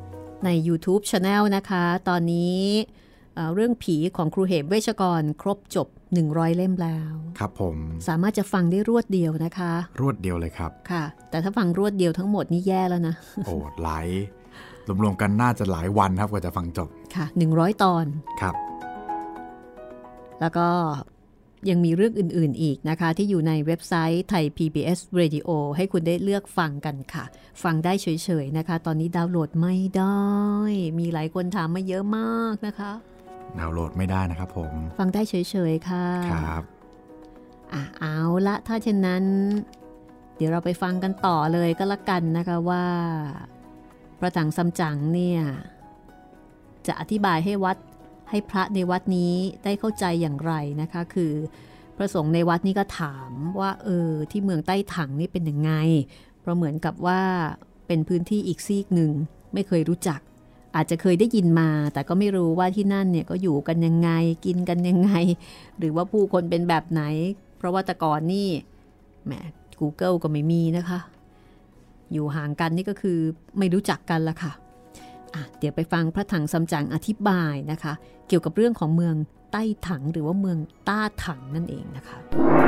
ใน YouTube Channel นะคะ ตอนนี้เรื่องผีของครูเหมเวชกรครบจบ100 เล่มแล้วครับผมสามารถจะฟังได้รวดเดียวนะคะรวดเดียวเลยครับค่ะ แต่ถ้าฟังรวดเดียวทั้งหมดนี่แย่แล้วนะโอ้หลายรวมๆกันน่าจะหลายวันครับกว่าจะฟังจบค่ะ100 ตอนครับแล้วก็ยังมีเรื่องอื่นๆอีกนะคะที่อยู่ในเว็บไซต์ไทย PBS Radio ให้คุณได้เลือกฟังกันค่ะ ฟังได้เฉยๆนะคะ ตอนนี้ดาวน์โหลดไม่ได้ มีหลายคนถามมาเยอะมากนะคะดาวน์โหลดไม่ได้นะครับผมฟังได้เฉยๆค่ะครับเอาละถ้าเช่นนั้น เดี๋ยวเราไปฟังกันต่อเลยก็แล้วกันนะคะว่าพระถังซัมจั๋งเนี่ยจะอธิบายให้พระในวัดนี้ได้เข้าใจอย่างไรนะคะคือพระสงฆ์ในวัดนี้ก็ถามว่าที่เมืองใต้ถังนี่เป็นยังไงเพราะเหมือนกับว่าเป็นพื้นที่อีกซีกหนึ่งไม่เคยรู้จักอาจจะเคยได้ยินมาแต่ก็ไม่รู้ว่าที่นั่นเนี่ยก็อยู่กันยังไงกินกันยังไงหรือว่าผู้คนเป็นแบบไหนเพราะว่าแต่ก่อนนี่แหม Google ก็ไม่มีนะคะอยู่ห่างกันนี่ก็คือไม่รู้จักกันละค่ะเดี๋ยวไปฟังพระถังซัมจั๋งอธิบายนะคะเกี่ยวกับเรื่องของเมืองใต้ถังหรือว่าเมืองต้าถังนั่นเองนะคะ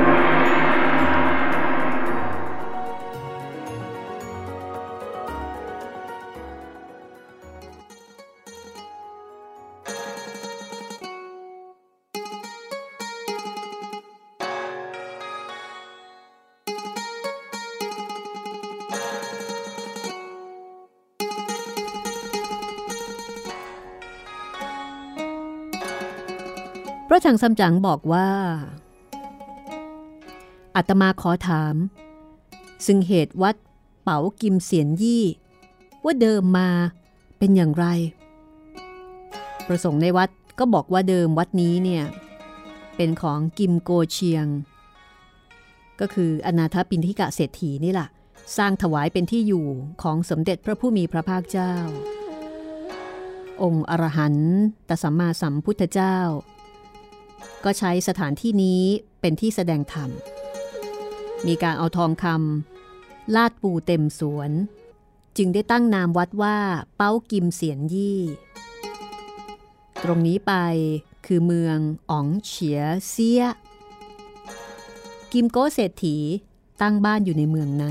พระถังซัมจั๋งบอกว่าอาตมาขอถามซึ่งเหตุวัดเป๋ากิมเสียนยี่ว่าเดิมมาเป็นอย่างไรประสงค์ในวัดก็บอกว่าเดิมวัดนี้เนี่ยเป็นของกิมโกเชียงก็คืออนาถปิณฑิกะเศรษฐีนี่แหละสร้างถวายเป็นที่อยู่ของสมเด็จพระผู้มีพระภาคเจ้าองค์อรหันตสัมมาสัมพุทธเจ้าก็ใช้สถานที่นี้เป็นที่แสดงธรรมมีการเอาทองคำลาดปูเต็มสวนจึงได้ตั้งนามวัดว่าเป้ากิมเสียนยี่ตรงนี้ไปคือเมืองอ๋องเฉียเซียกิมโกเศรษฐีตั้งบ้านอยู่ในเมืองนั้น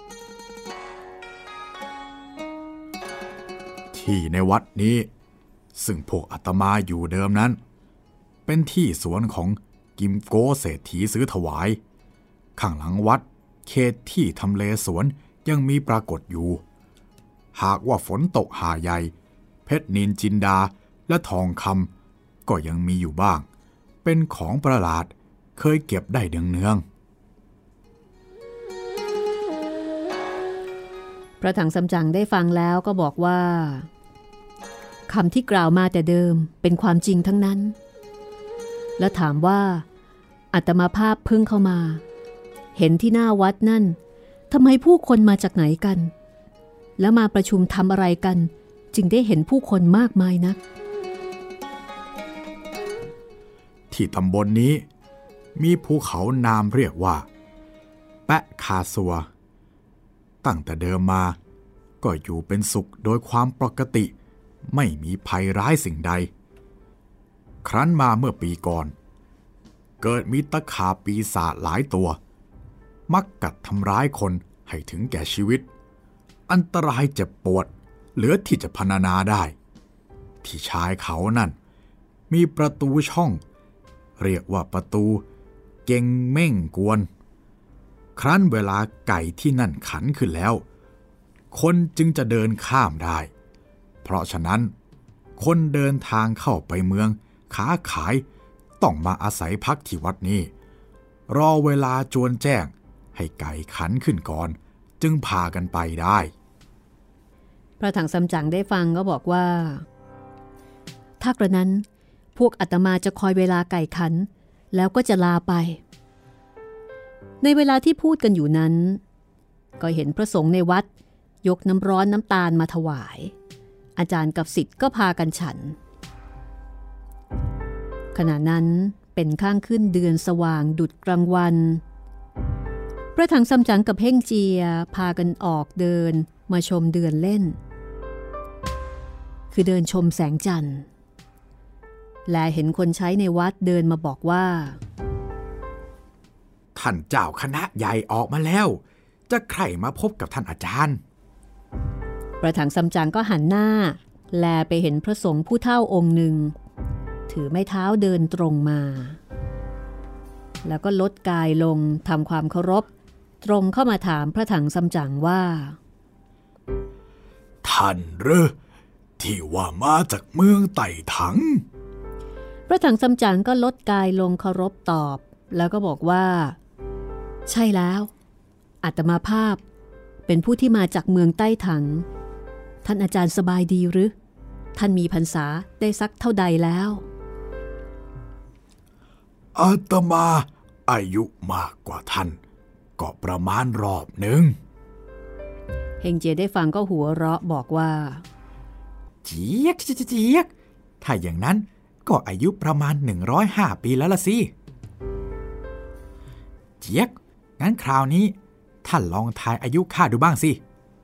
ที่ในวัดนี้ซึ่งพวกอาตมาอยู่เดิมนั้นเป็นที่สวนของกิมโกเศรษฐีซื้อถวายข้างหลังวัดเขตที่ทำเลสวนยังมีปรากฏอยู่หากว่าฝนตกหาใหญ่เพชรนินจินดาและทองคำก็ยังมีอยู่บ้างเป็นของประหลาดเคยเก็บได้เนืองพระถังซัมจั๋งได้ฟังแล้วก็บอกว่าคำที่กล่าวมาแต่เดิมเป็นความจริงทั้งนั้นและถามว่าอาตมาภาพเพิ่งเข้ามาเห็นที่หน้าวัดนั่นทำไมผู้คนมาจากไหนกันแล้วมาประชุมทำอะไรกันจึงได้เห็นผู้คนมากมายนักที่ตำบลนี้มีภูเขานามเรียกว่าแปะคาซัวตั้งแต่เดิมมาก็อยู่เป็นสุขโดยความปกติไม่มีภัยร้ายสิ่งใดครั้นมาเมื่อปีก่อนเกิดมีตะขาบปีศาจหลายตัวมักกัดทำร้ายคนให้ถึงแก่ชีวิตอันตรายเจ็บปวดเหลือที่จะพรรณนาได้ที่ชายเขานั่นมีประตูช่องเรียกว่าประตูเก่งเม่งกวนครั้นเวลาไก่ที่นั่นขันขึ้นแล้วคนจึงจะเดินข้ามได้เพราะฉะนั้นคนเดินทางเข้าไปเมืองค้าขายต้องมาอาศัยพักที่วัดนี้รอเวลาจวนแจ้งให้ไก่ขันขึ้นก่อนจึงพากันไปได้พระถังซัมจั๋งได้ฟังก็บอกว่าถ้ากระนั้นพวกอาตมาจะคอยเวลาไก่ขันแล้วก็จะลาไปในเวลาที่พูดกันอยู่นั้นก็เห็นพระสงฆ์ในวัดยกน้ำร้อนน้ำตาลมาถวายอาจารย์กับศิษย์ก็พากันฉันขณะนั้นเป็นข้างขึ้นเดือนสว่างดุจกลางวันพระถังซัมจั๋งกับเฮ่งเจียพากันออกเดินมาชมเดือนเล่นคือเดินชมแสงจันทร์และเห็นคนใช้ในวัดเดินมาบอกว่าท่านเจ้าคณะใหญ่ออกมาแล้วจะใครมาพบกับท่านอาจารย์ประถังซัมจั๋งก็หันหน้าแลไปเห็นพระสงฆ์ผู้เฒ่าองค์หนึ่งถือไม้เท้าเดินตรงมาแล้วก็ลดกายลงทำความเคารพตรงเข้ามาถามพระถังซัมจั๋งว่าท่านหรือที่ว่ามาจากเมืองไต่ถังพระถังซัมจั๋งก็ลดกายลงเคารพตอบแล้วก็บอกว่าใช่แล้วอาตมาภาพเป็นผู้ที่มาจากเมืองใต้ถังท่านอาจารย์สบายดีหรือท่านมีพรรษาได้สักเท่าใดแล้วอาตมาอายุมากกว่าท่านก็ประมาณรอบหนึ่งเฮงเจียได้ฟังก็หัวเราะบอกว่าเจี๊ยกถ้าอย่างนั้นก็อายุประมาณ105 ปีแล้วล่ะสิเจี๊ยกงั้นคราวนี้ท่านลองทายอายุข้าดูบ้างสิ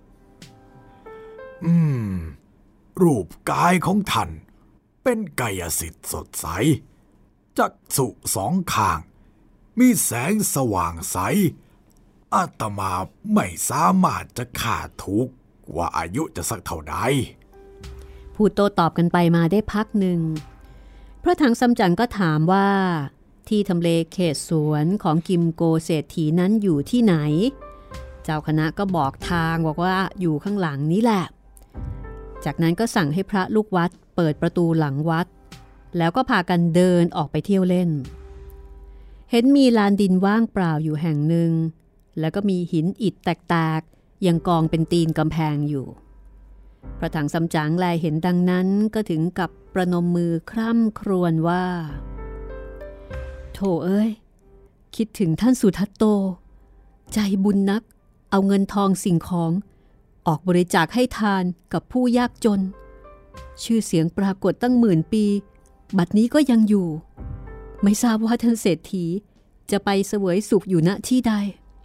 รูปกายของท่านเป็นกายสิทธิ์สดใสจักษุสองข้างมีแสงสว่างใสอาตมาไม่สามารถจะคาดถูกว่าอายุจะสักเท่าใดพูดโต้ตอบกันไปมาได้พักหนึ่งพระถังซัมจั๋งก็ถามว่าที่ทำเลเขตสวนของกิมโกเศรษฐีนั้นอยู่ที่ไหนเจ้าคณะก็บอกทางบอกว่าอยู่ข้างหลังนี้แหละจากนั้นก็สั่งให้พระลูกวัดเปิดประตูหลังวัดแล้วก็พากันเดินออกไปเที่ยวเล่นเห็นมีลานดินว่างเปล่าอยู่แห่งหนึ่งแล้วก็มีหินอิฐแตกๆยังกองเป็นตีนกำแพงอยู่พระถังซัมจั๋งแลเห็นดังนั้นก็ถึงกับประนมมือคร่ำครวญว่าโธ่เอ้ยคิดถึงท่านสุทัตโตใจบุญนักเอาเงินทองสิ่งของออกบริจาคให้ทานกับผู้ยากจนชื่อเสียงปรากฏตั้ง10,000 ปีบัดนี้ก็ยังอยู่ไม่ทราบว่าท่านเศรษฐีจะไปเสวยสุขอยู่ณที่ใด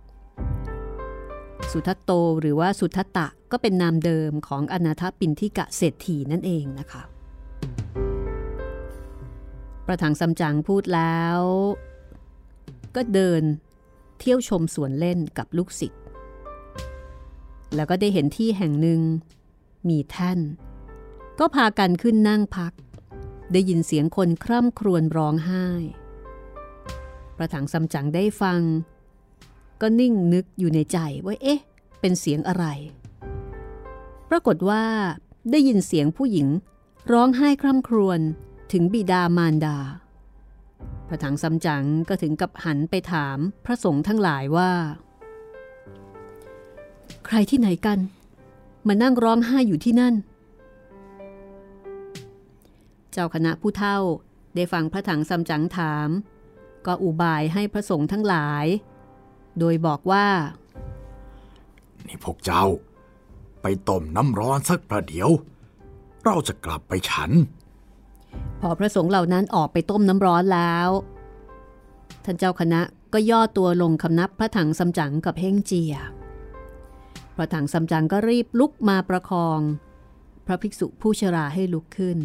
สุทัตโตหรือว่าสุทัตตะก็เป็นนามเดิมของอนาถปิณฑิกะเศรษฐีนั่นเองนะคะประถังซัมจั๋งพูดแล้วก็เดินเที่ยวชมสวนเล่นกับลูกศิษย์แล้วก็ได้เห็นที่แห่งหนึ่งมีแท่นก็พากันขึ้นนั่งพักได้ยินเสียงคนคร่ำครวญร้องไห้ประถังซัมจั๋งได้ฟังก็นิ่งนึกอยู่ในใจว่าเอ๊ะเป็นเสียงอะไรปรากฏว่าได้ยินเสียงผู้หญิงร้องไห้คร่ำครวญถึงบิดามารดาพระถังซัมจั๋งก็ถึงกับหันไปถามพระสงฆ์ทั้งหลายว่าใครที่ไหนกันมานั่งร้องไห้อยู่ที่นั่นเจ้าคณะผู้เฒ่าได้ฟังพระถังซัมจั๋งถามก็อุบายให้พระสงฆ์ทั้งหลายโดยบอกว่านี่พวกเจ้าไปต้มน้ำร้อนสักประเดี๋ยวเราจะกลับไปฉันพอพระสงฆ์เหล่านั้นออกไปต้มน้ำร้อนแล้วท่านเจ้าคณะก็ย่อตัวลงคำนับพระถังซัมจั๋งกับเฮ่งเจียพระถังซัมจั๋งก็รีบลุกมาประคองพระภิกษุผู้ชราให้ลุกขึ้น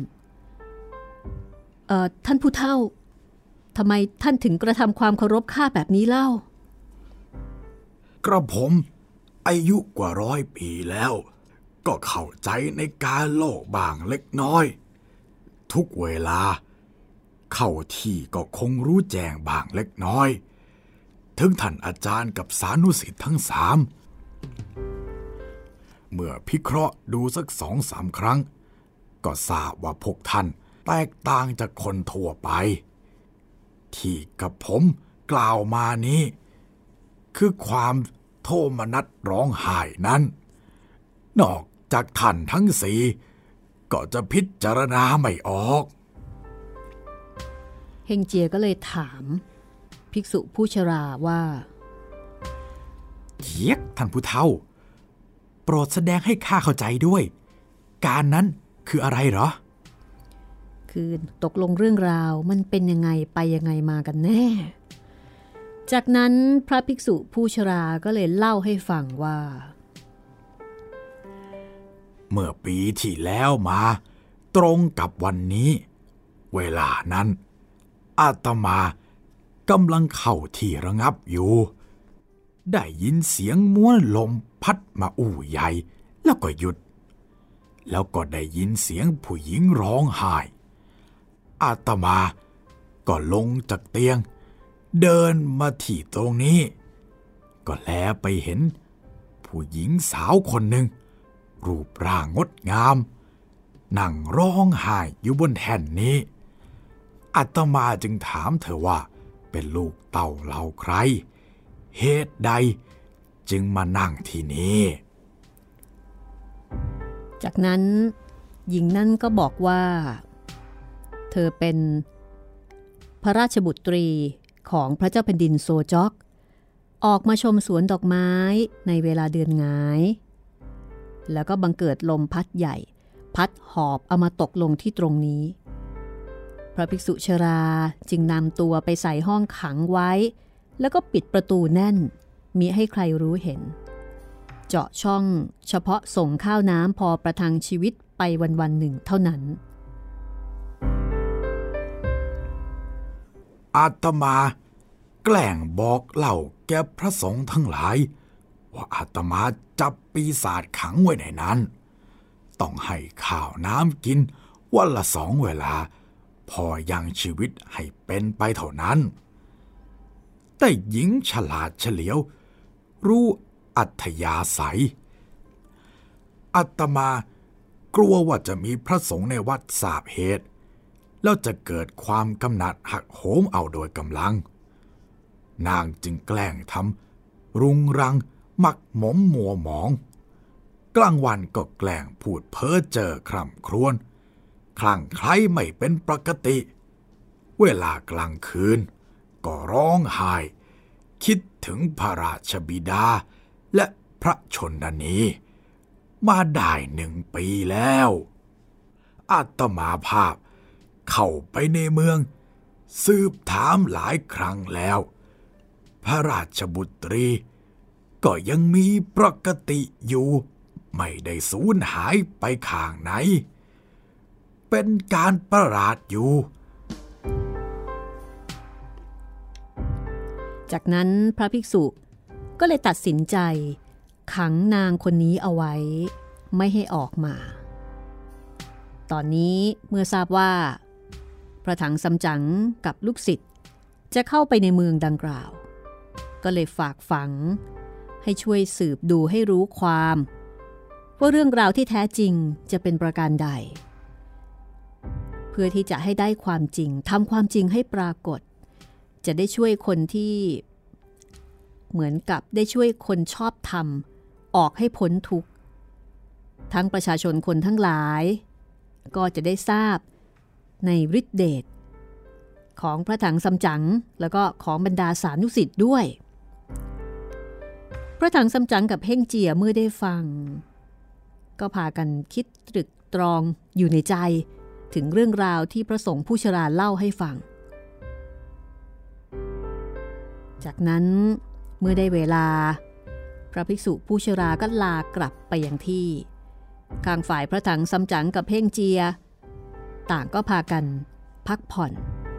ท่านผู้เฒ่าทำไมท่านถึงกระทำความเคารพข้าแบบนี้เล่ากระผมอายุกว่า100 ปีแล้วก็เข้าใจในการโลกบางเล็กน้อยทุกเวลาเข้าที่ก็คงรู้แจ้งบางเล็กน้อยถึงท่านอาจารย์กับสานุศิษย์ทั้ง3เมื่อพิเคราะห์ดูสัก 2-3 ครั้งก็ทราบว่าพวกท่านแตกต่างจากคนทั่วไปที่กับผมกล่าวมานี้คือความโทมนัสร้องไห้นั้นนอกจากท่านทั้ง4ก็จะพิจารณาไม่ออกเฮงเจียก็เลยถามภิกษุผู้ชราว่าเทียกท่านผู้เฒ่าโปรดแสดงให้ข้าเข้าใจด้วยการนั้นคืออะไรเหรอคือตกลงเรื่องราวมันเป็นยังไงไปยังไงมากันแน่จากนั้นพระภิกษุผู้ชราก็เลยเล่าให้ฟังว่าเมื่อปีที่แล้วมาตรงกับวันนี้เวลานั้นอาตมากำลังเข้าที่ระงับอยู่ได้ยินเสียงม้วนลมพัดมาอู้ใหญ่แล้วก็หยุดแล้วก็ได้ยินเสียงผู้หญิงร้องไห้อาตมาก็ลงจากเตียงเดินมาที่ตรงนี้ก็แลไปเห็นผู้หญิงสาวคนหนึ่งรูปร่างงดงามนั่งร้องไห้อยู่บนแท่นนี้อาตมาจึงถามเธอว่าเป็นลูกเต่าเหล่าใครเหตุใดจึงมานั่งที่นี่จากนั้นหญิงนั่นก็บอกว่าเธอเป็นพระราชบุตรีของพระเจ้าแผ่นดินโซจอกออกมาชมสวนดอกไม้ในเวลาเดือนหงายแล้วก็บังเกิดลมพัดใหญ่พัดหอบเอามาตกลงที่ตรงนี้พระภิกษุชราจึงนำตัวไปใส่ห้องขังไว้แล้วก็ปิดประตูแน่นมิให้ใครรู้เห็นเจาะช่องเฉพาะส่งข้าวน้ำพอประทังชีวิตไปวันๆหนึ่งเท่านั้นอาตมาแกล้งบอกเล่าแก่พระสงฆ์ทั้งหลายว่าอาตมาจับปีศาจขังไว้ในนั้นต้องให้ข้าวน้ำกินวันละ2 เวลาพอยังชีวิตให้เป็นไปเท่านั้นแต่หญิงฉลาดเฉลียวรู้อัธยาศัยอาตมากลัวว่าจะมีพระสงฆ์ในวัดทราบเหตุแล้วจะเกิดความกำหนัดหักโหมเอาโดยกำลังนางจึงแกล้งทำรุงรังหมักหมมมัวหมองกลางวันก็แกล้งพูดเพ้อเจ้อคร่ำครวญคลั่งไคล้ไม่เป็นปกติเวลากลางคืนก็ร้องไห้คิดถึงพระราชบิดาและพระชนนีมาได้1 ปีแล้วอาตมาภาพเข้าไปในเมืองสืบถามหลายครั้งแล้วพระราชบุตรีก็ยังมีปกติอยู่ไม่ได้สูญหายไปข้างไหนเป็นการประหลาดอยู่จากนั้นพระภิกษุก็เลยตัดสินใจขังนางคนนี้เอาไว้ไม่ให้ออกมาตอนนี้เมื่อทราบว่าพระถังซัมจั๋งกับลูกศิษย์จะเข้าไปในเมืองดังกล่าวก็เลยฝากฝังให้ช่วยสืบดูให้รู้ความว่าเรื่องราวที่แท้จริงจะเป็นประการใดเพื่อที่จะให้ได้ความจริงทำความจริงให้ปรากฏจะได้ช่วยคนที่เหมือนกับได้ช่วยคนชอบธรรมออกให้พ้นทุกข์ทั้งประชาชนคนทั้งหลายก็จะได้ทราบในฤทธิเดชของพระถังซัมจั๋งแล้วก็ของบรรดาสานุสิทธิ์ด้วยพระถังซัมจั๋งกับเฮ่งเจียเมื่อได้ฟังก็พากันคิดตรึกตรองอยู่ในใจถึงเรื่องราวที่พระสงฆ์ผู้ชราเล่าให้ฟังจากนั้นเมื่อได้เวลาพระภิกษุผู้ชราก็ลากลับไปยังที่ข้างฝ่ายพระถังซัมจั๋งกับเฮ่งเจียต่างก็พากันพักผ่อน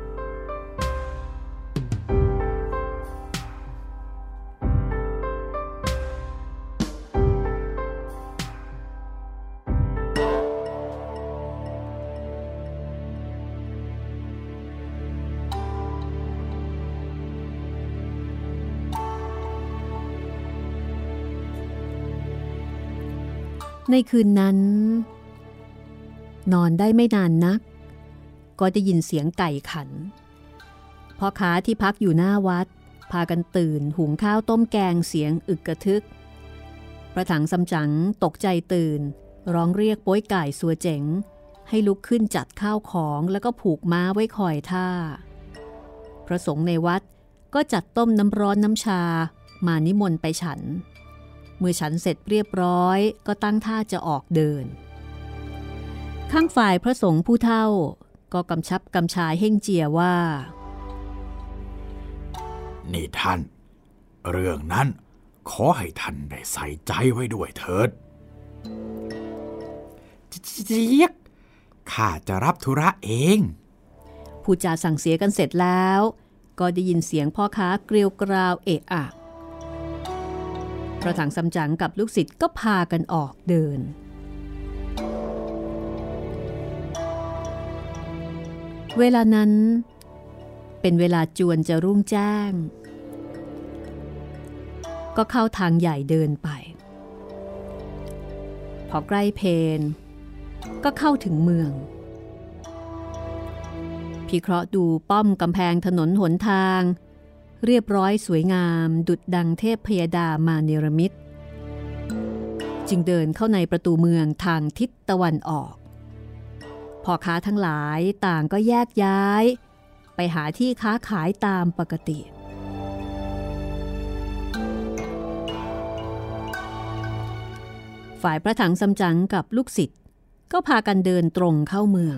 ในคืนนั้นนอนได้ไม่นานนักก็ได้ยินเสียงไก่ขันพ่อค้าที่พักอยู่หน้าวัดพากันตื่นหุงข้าวต้มแกงเสียงอึกกระทึกพระถังซัมจั๋งตกใจตื่นร้องเรียกโป๊ยก่ายสัวเจ๋งให้ลุกขึ้นจัดข้าวของแล้วก็ผูกม้าไว้คอยท่าพระสงฆ์ในวัดก็จัดต้มน้ำร้อนน้ำชามานิมนต์ไปฉันเมื่อฉันเสร็จเรียบร้อยก็ตั้งท่าจะออกเดินข้างฝ่ายพระสงฆ์ผู้เฒ่าก็กำชับกำชายเฮ่งเจียว่านี่ท่านเรื่องนั้นขอให้ท่านได้ใส่ใจไว้ด้วยเถิดเจี๊ยกข้าจะรับธุระเองพูดจาสั่งเสียกันเสร็จแล้วก็ได้ยินเสียงพ่อค้าเกลียวกราวเอะอะพระถังซัมจั๋งกับลูกศิษย์ก็พากันออกเดินเวลานั้นเป็นเวลาจวนจะรุ่งแจ้งก็เข้าทางใหญ่เดินไปพอใกล้เพลก็เข้าถึงเมืองพิเคราะห์ดูป้อมกำแพงถนนหนทางเรียบร้อยสวยงามดุจดังเทพพยดามาเนรมิตจึงเดินเข้าในประตูเมืองทางทิศตะวันออกพ่อค้าทั้งหลายต่างก็แยกย้ายไปหาที่ค้าขายตามปกติฝ่ายพระถังซัมจั๋งกับลูกศิษย์ก็พากันเดินตรงเข้าเมือง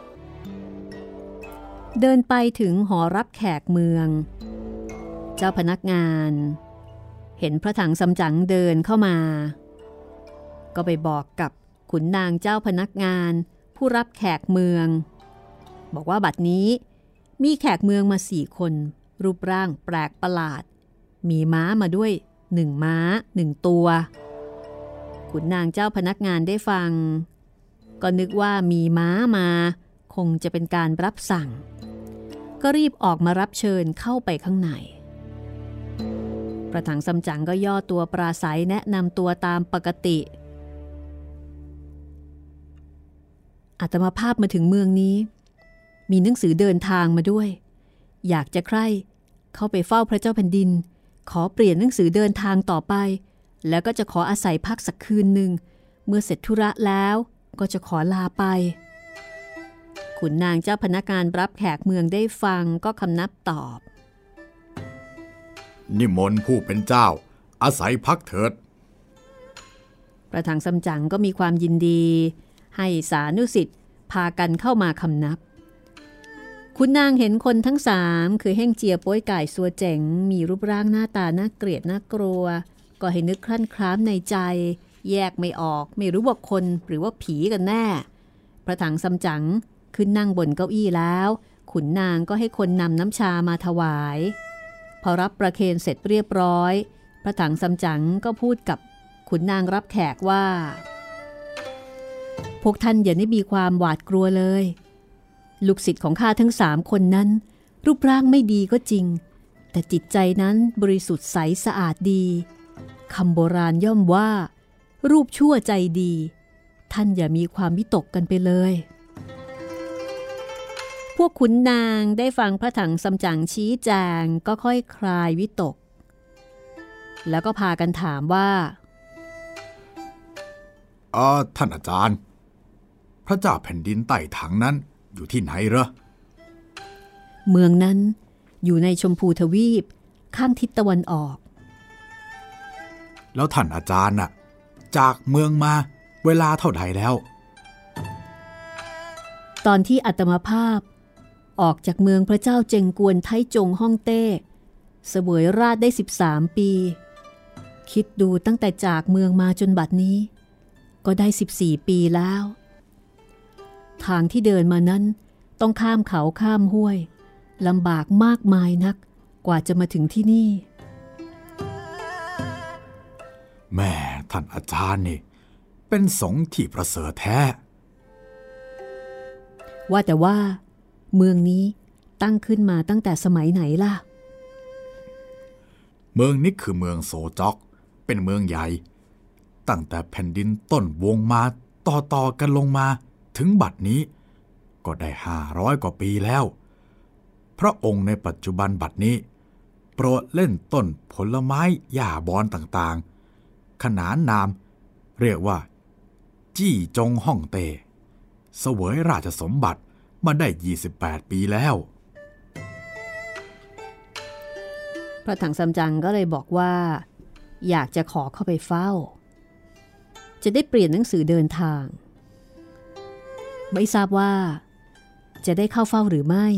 เดินไปถึงหอรับแขกเมืองเจ้าพนักงานเห็นพระถังซัมจั๋งเดินเข้ามาก็ไปบอกกับขุนนางเจ้าพนักงานผู้รับแขกเมืองบอกว่าบัดนี้มีแขกเมืองมา4 คนรูปร่างแปลกประหลาดมีม้ามาด้วย1 ม้า1 ตัวขุนนางเจ้าพนักงานได้ฟังก็นึกว่ามีม้ามาคงจะเป็นการรับสั่งก็รีบออกมารับเชิญเข้าไปข้างในพระถังซัมจั๋งก็ย่อตัวปราศัยแนะนำตัวตามปกติอาตมาภาพมาถึงเมืองนี้มีหนังสือเดินทางมาด้วยอยากจะใคร่เข้าไปเฝ้าพระเจ้าแผ่นดินขอเปลี่ยนหนังสือเดินทางต่อไปแล้วก็จะขออาศัยพักสักคืนหนึ่งเมื่อเสร็จธุระแล้วก็จะขอลาไปขุนนางเจ้าพนักงานรับแขกเมืองได้ฟังก็คำนับตอบนิมนต์ผู้เป็นเจ้าอาศัยพักเถิดพระถังซัมจั๋งก็มีความยินดีให้สานุสิทธิ์พากันเข้ามาคำนับขุนนางเห็นคนทั้ง3คือเฮ่งเจียโป้ยก่ายซัวเจ๋งมีรูปร่างหน้าตาน่าเกลียดน่ากลัวก็ให้นึกครั่นคร้ามในใจแยกไม่ออกไม่รู้ว่าคนหรือว่าผีกันแน่พระถังซัมจั๋งขึ้นนั่งบนเก้าอี้แล้วขุนนางก็ให้คนนำน้ำชามาถวายพอรับประเคนเสร็จเรียบร้อยพระถังซัมจั๋งก็พูดกับขุนนางรับแขกว่าพวกท่านอย่าได้มีความหวาดกลัวเลยลูกศิษย์ของข้าทั้ง3 คนนั้นรูปร่างไม่ดีก็จริงแต่จิตใจนั้นบริสุทธิ์ใสสะอาดดีคำโบราณย่อมว่ารูปชั่วใจดีท่านอย่ามีความวิตกกันไปเลยพวกขุนนางได้ฟังพระถังซัมจั๋งชี้แจงก็ค่อยคลายวิตกแล้วก็พากันถามว่าท่านอาจารย์พระเจ้าแผ่นดินใต้ถังนั้นอยู่ที่ไหนเหรอเมืองนั้นอยู่ในชมพูทวีปข้างทิศตะวันออกแล้วท่านอาจารย์น่ะจากเมืองมาเวลาเท่าใดแล้วตอนที่อาตมาภาพออกจากเมืองพระเจ้าเจงกวนไทจงฮ่องเต้เสวยราชได้13 ปีคิดดูตั้งแต่จากเมืองมาจนบัดนี้ก็ได้14 ปีแล้วทางที่เดินมานั้นต้องข้ามเขาข้ามห้วยลำบากมากมายนักกว่าจะมาถึงที่นี่แม่ท่านอาจารย์นี่เป็นสงฆ์ที่ประเสริฐแท้ว่าแต่ว่าเมืองนี้ตั้งขึ้นมาตั้งแต่สมัยไหนล่ะเมืองนี้คือเมืองโซจ๊อกเป็นเมืองใหญ่ตั้งแต่แผ่นดินต้นวงมาต่อกันลงมาถึงบัดนี้ก็ได้500 กว่าปีแล้วพระองค์ในปัจจุบันบัดนี้โปรดเล่นต้นผลไม้หญ้าบอนต่างๆขนานนามเรียกว่าจี้จงฮ่องเต้เสวยราชสมบัติมาได้28 ปีแล้วพระถังซัมจั๋งก็เลยบอกว่าอยากจะขอเข้าไปเฝ้าจะได้เปลี่ยนหนังสือเดินทางไม่ทราบว่าจะได้เข้าเฝ้าหรือไม่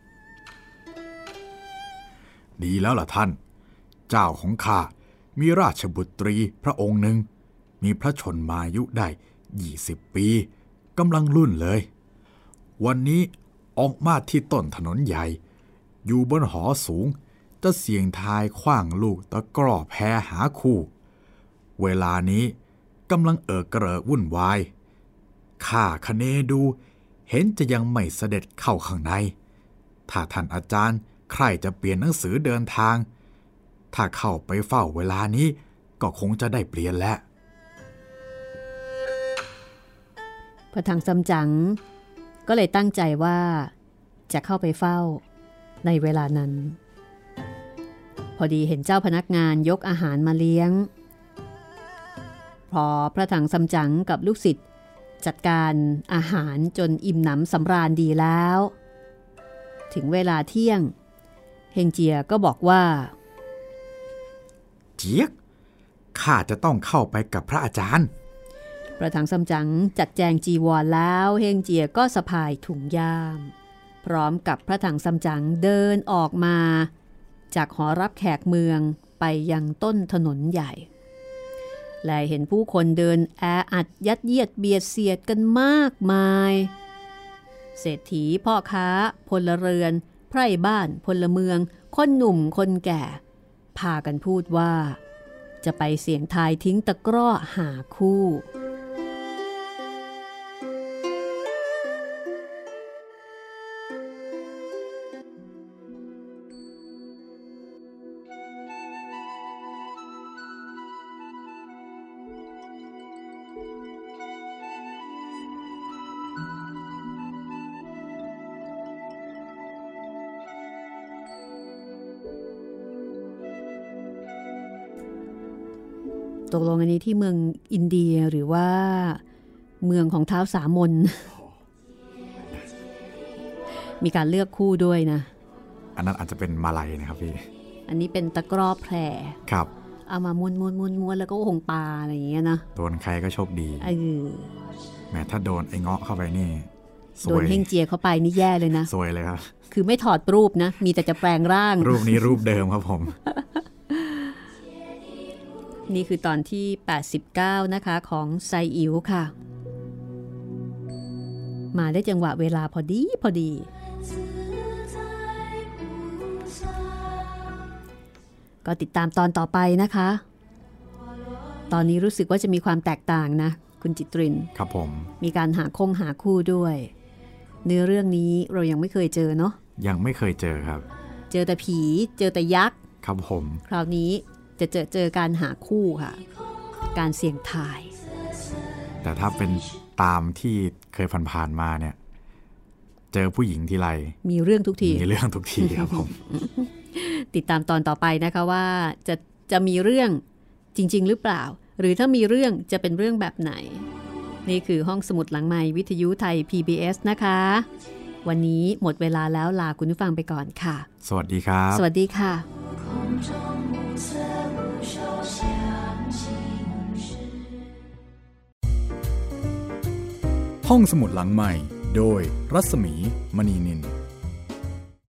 ดีแล้วล่ะท่านเจ้าของข้ามีราชบุตรีพระองค์หนึ่งมีพระชนมายุได้20 ปีกำลังรุ่นเลยวันนี้ออกมาที่ต้นถนนใหญ่อยู่บนหอสูงจะเสี่ยงทายขว้างลูกตะกร้อแพหาคู่เวลานี้กำลังเอิกกระเริกวุ่นวายข้าคะเนดูเห็นจะยังไม่เสด็จเข้าข้างในถ้าท่านอาจารย์ใครจะเปลี่ยนหนังสือเดินทางถ้าเข้าไปเฝ้าเวลานี้ก็คงจะได้เปลี่ยนแล้วพระถังซัมจั๋งก็เลยตั้งใจว่าจะเข้าไปเฝ้าในเวลานั้นพอดีเห็นเจ้าพนักงานยกอาหารมาเลี้ยงพอพระถังซัมจั๋งกับลูกศิษย์จัดการอาหารจนอิ่มหนำสำราญดีแล้วถึงเวลาเที่ยงเฮงเจียก็บอกว่าเจี๊ยกข้าจะต้องเข้าไปกับพระอาจารย์พระถังซัมจั๋งจัดแจงจีวรแล้วเฮงเจียก็สะพายถุงย่ามพร้อมกับพระถังซัมจั๋งเดินออกมาจากหอรับแขกเมืองไปยังต้นถนนใหญ่และเห็นผู้คนเดินแออัดยัดเยียดเบียดเสียดกันมากมายเศรษฐีพ่อค้าพลเรือนไพร่บ้านพลเมืองคนหนุ่มคนแก่พากันพูดว่าจะไปเสี่ยงทายทิ้งตะกร้อหาคู่ตกลงอันนี้ที่เมืองอินเดียหรือว่าเมืองของท้าวสามน มีการเลือกคู่ด้วยนะอันนั้นอาจจะเป็นมาลัยนะครับพี่อันนี้เป็นตะกร้อแพรครับเอามาม้วนแล้วก็หงปลาอะไรอย่างเงี้ยนะโดนใครก็โชคดีแม้ถ้าโดนไอ้เงาะเข้าไปนี่โดนเฮงเจียเข้าไปนี่แย่เลยนะซวยเลยครับคือไม่ถอดรูปนะมีแต่จะแปลงร่างรูปนี้รูปเดิมครับผมนี่คือตอนที่89นะคะของไซอิ๋วค่ะมาได้จังหวะเวลาพอดีก็ติดตามตอนต่อไปนะคะตอนนี้รู้สึกว่าจะมีความแตกต่างนะคุณจิตรินครับผมมีการหาคู่ด้วยเนื้อเรื่องนี้เรายังไม่เคยเจอเนาะยังไม่เคยเจอครับเจอแต่ผีเจอแต่ยักษ์ครับผมคราวนี้จะเจอการหาคู่ค่ะการเสี่ยงทายแต่ถ้าเป็นตามที่เคยผ่านๆมาเนี่ยเจอผู้หญิงทีไรมีเรื่องทุกทีครับผมติดตามตอนต่อไปนะคะว่าจะมีเรื่องจริงๆหรือเปล่าหรือถ้ามีเรื่องจะเป็นเรื่องแบบไหนนี่คือห้องสมุดหลังไมค์วิทยุไทย PBS นะคะวันนี้หมดเวลาแล้วลาคุณผู้ฟังไปก่อนค่ะสวัสดีครับสวัสดีค่ะห้องสมุดหลังใหม่โดยรัศมีมณีนิน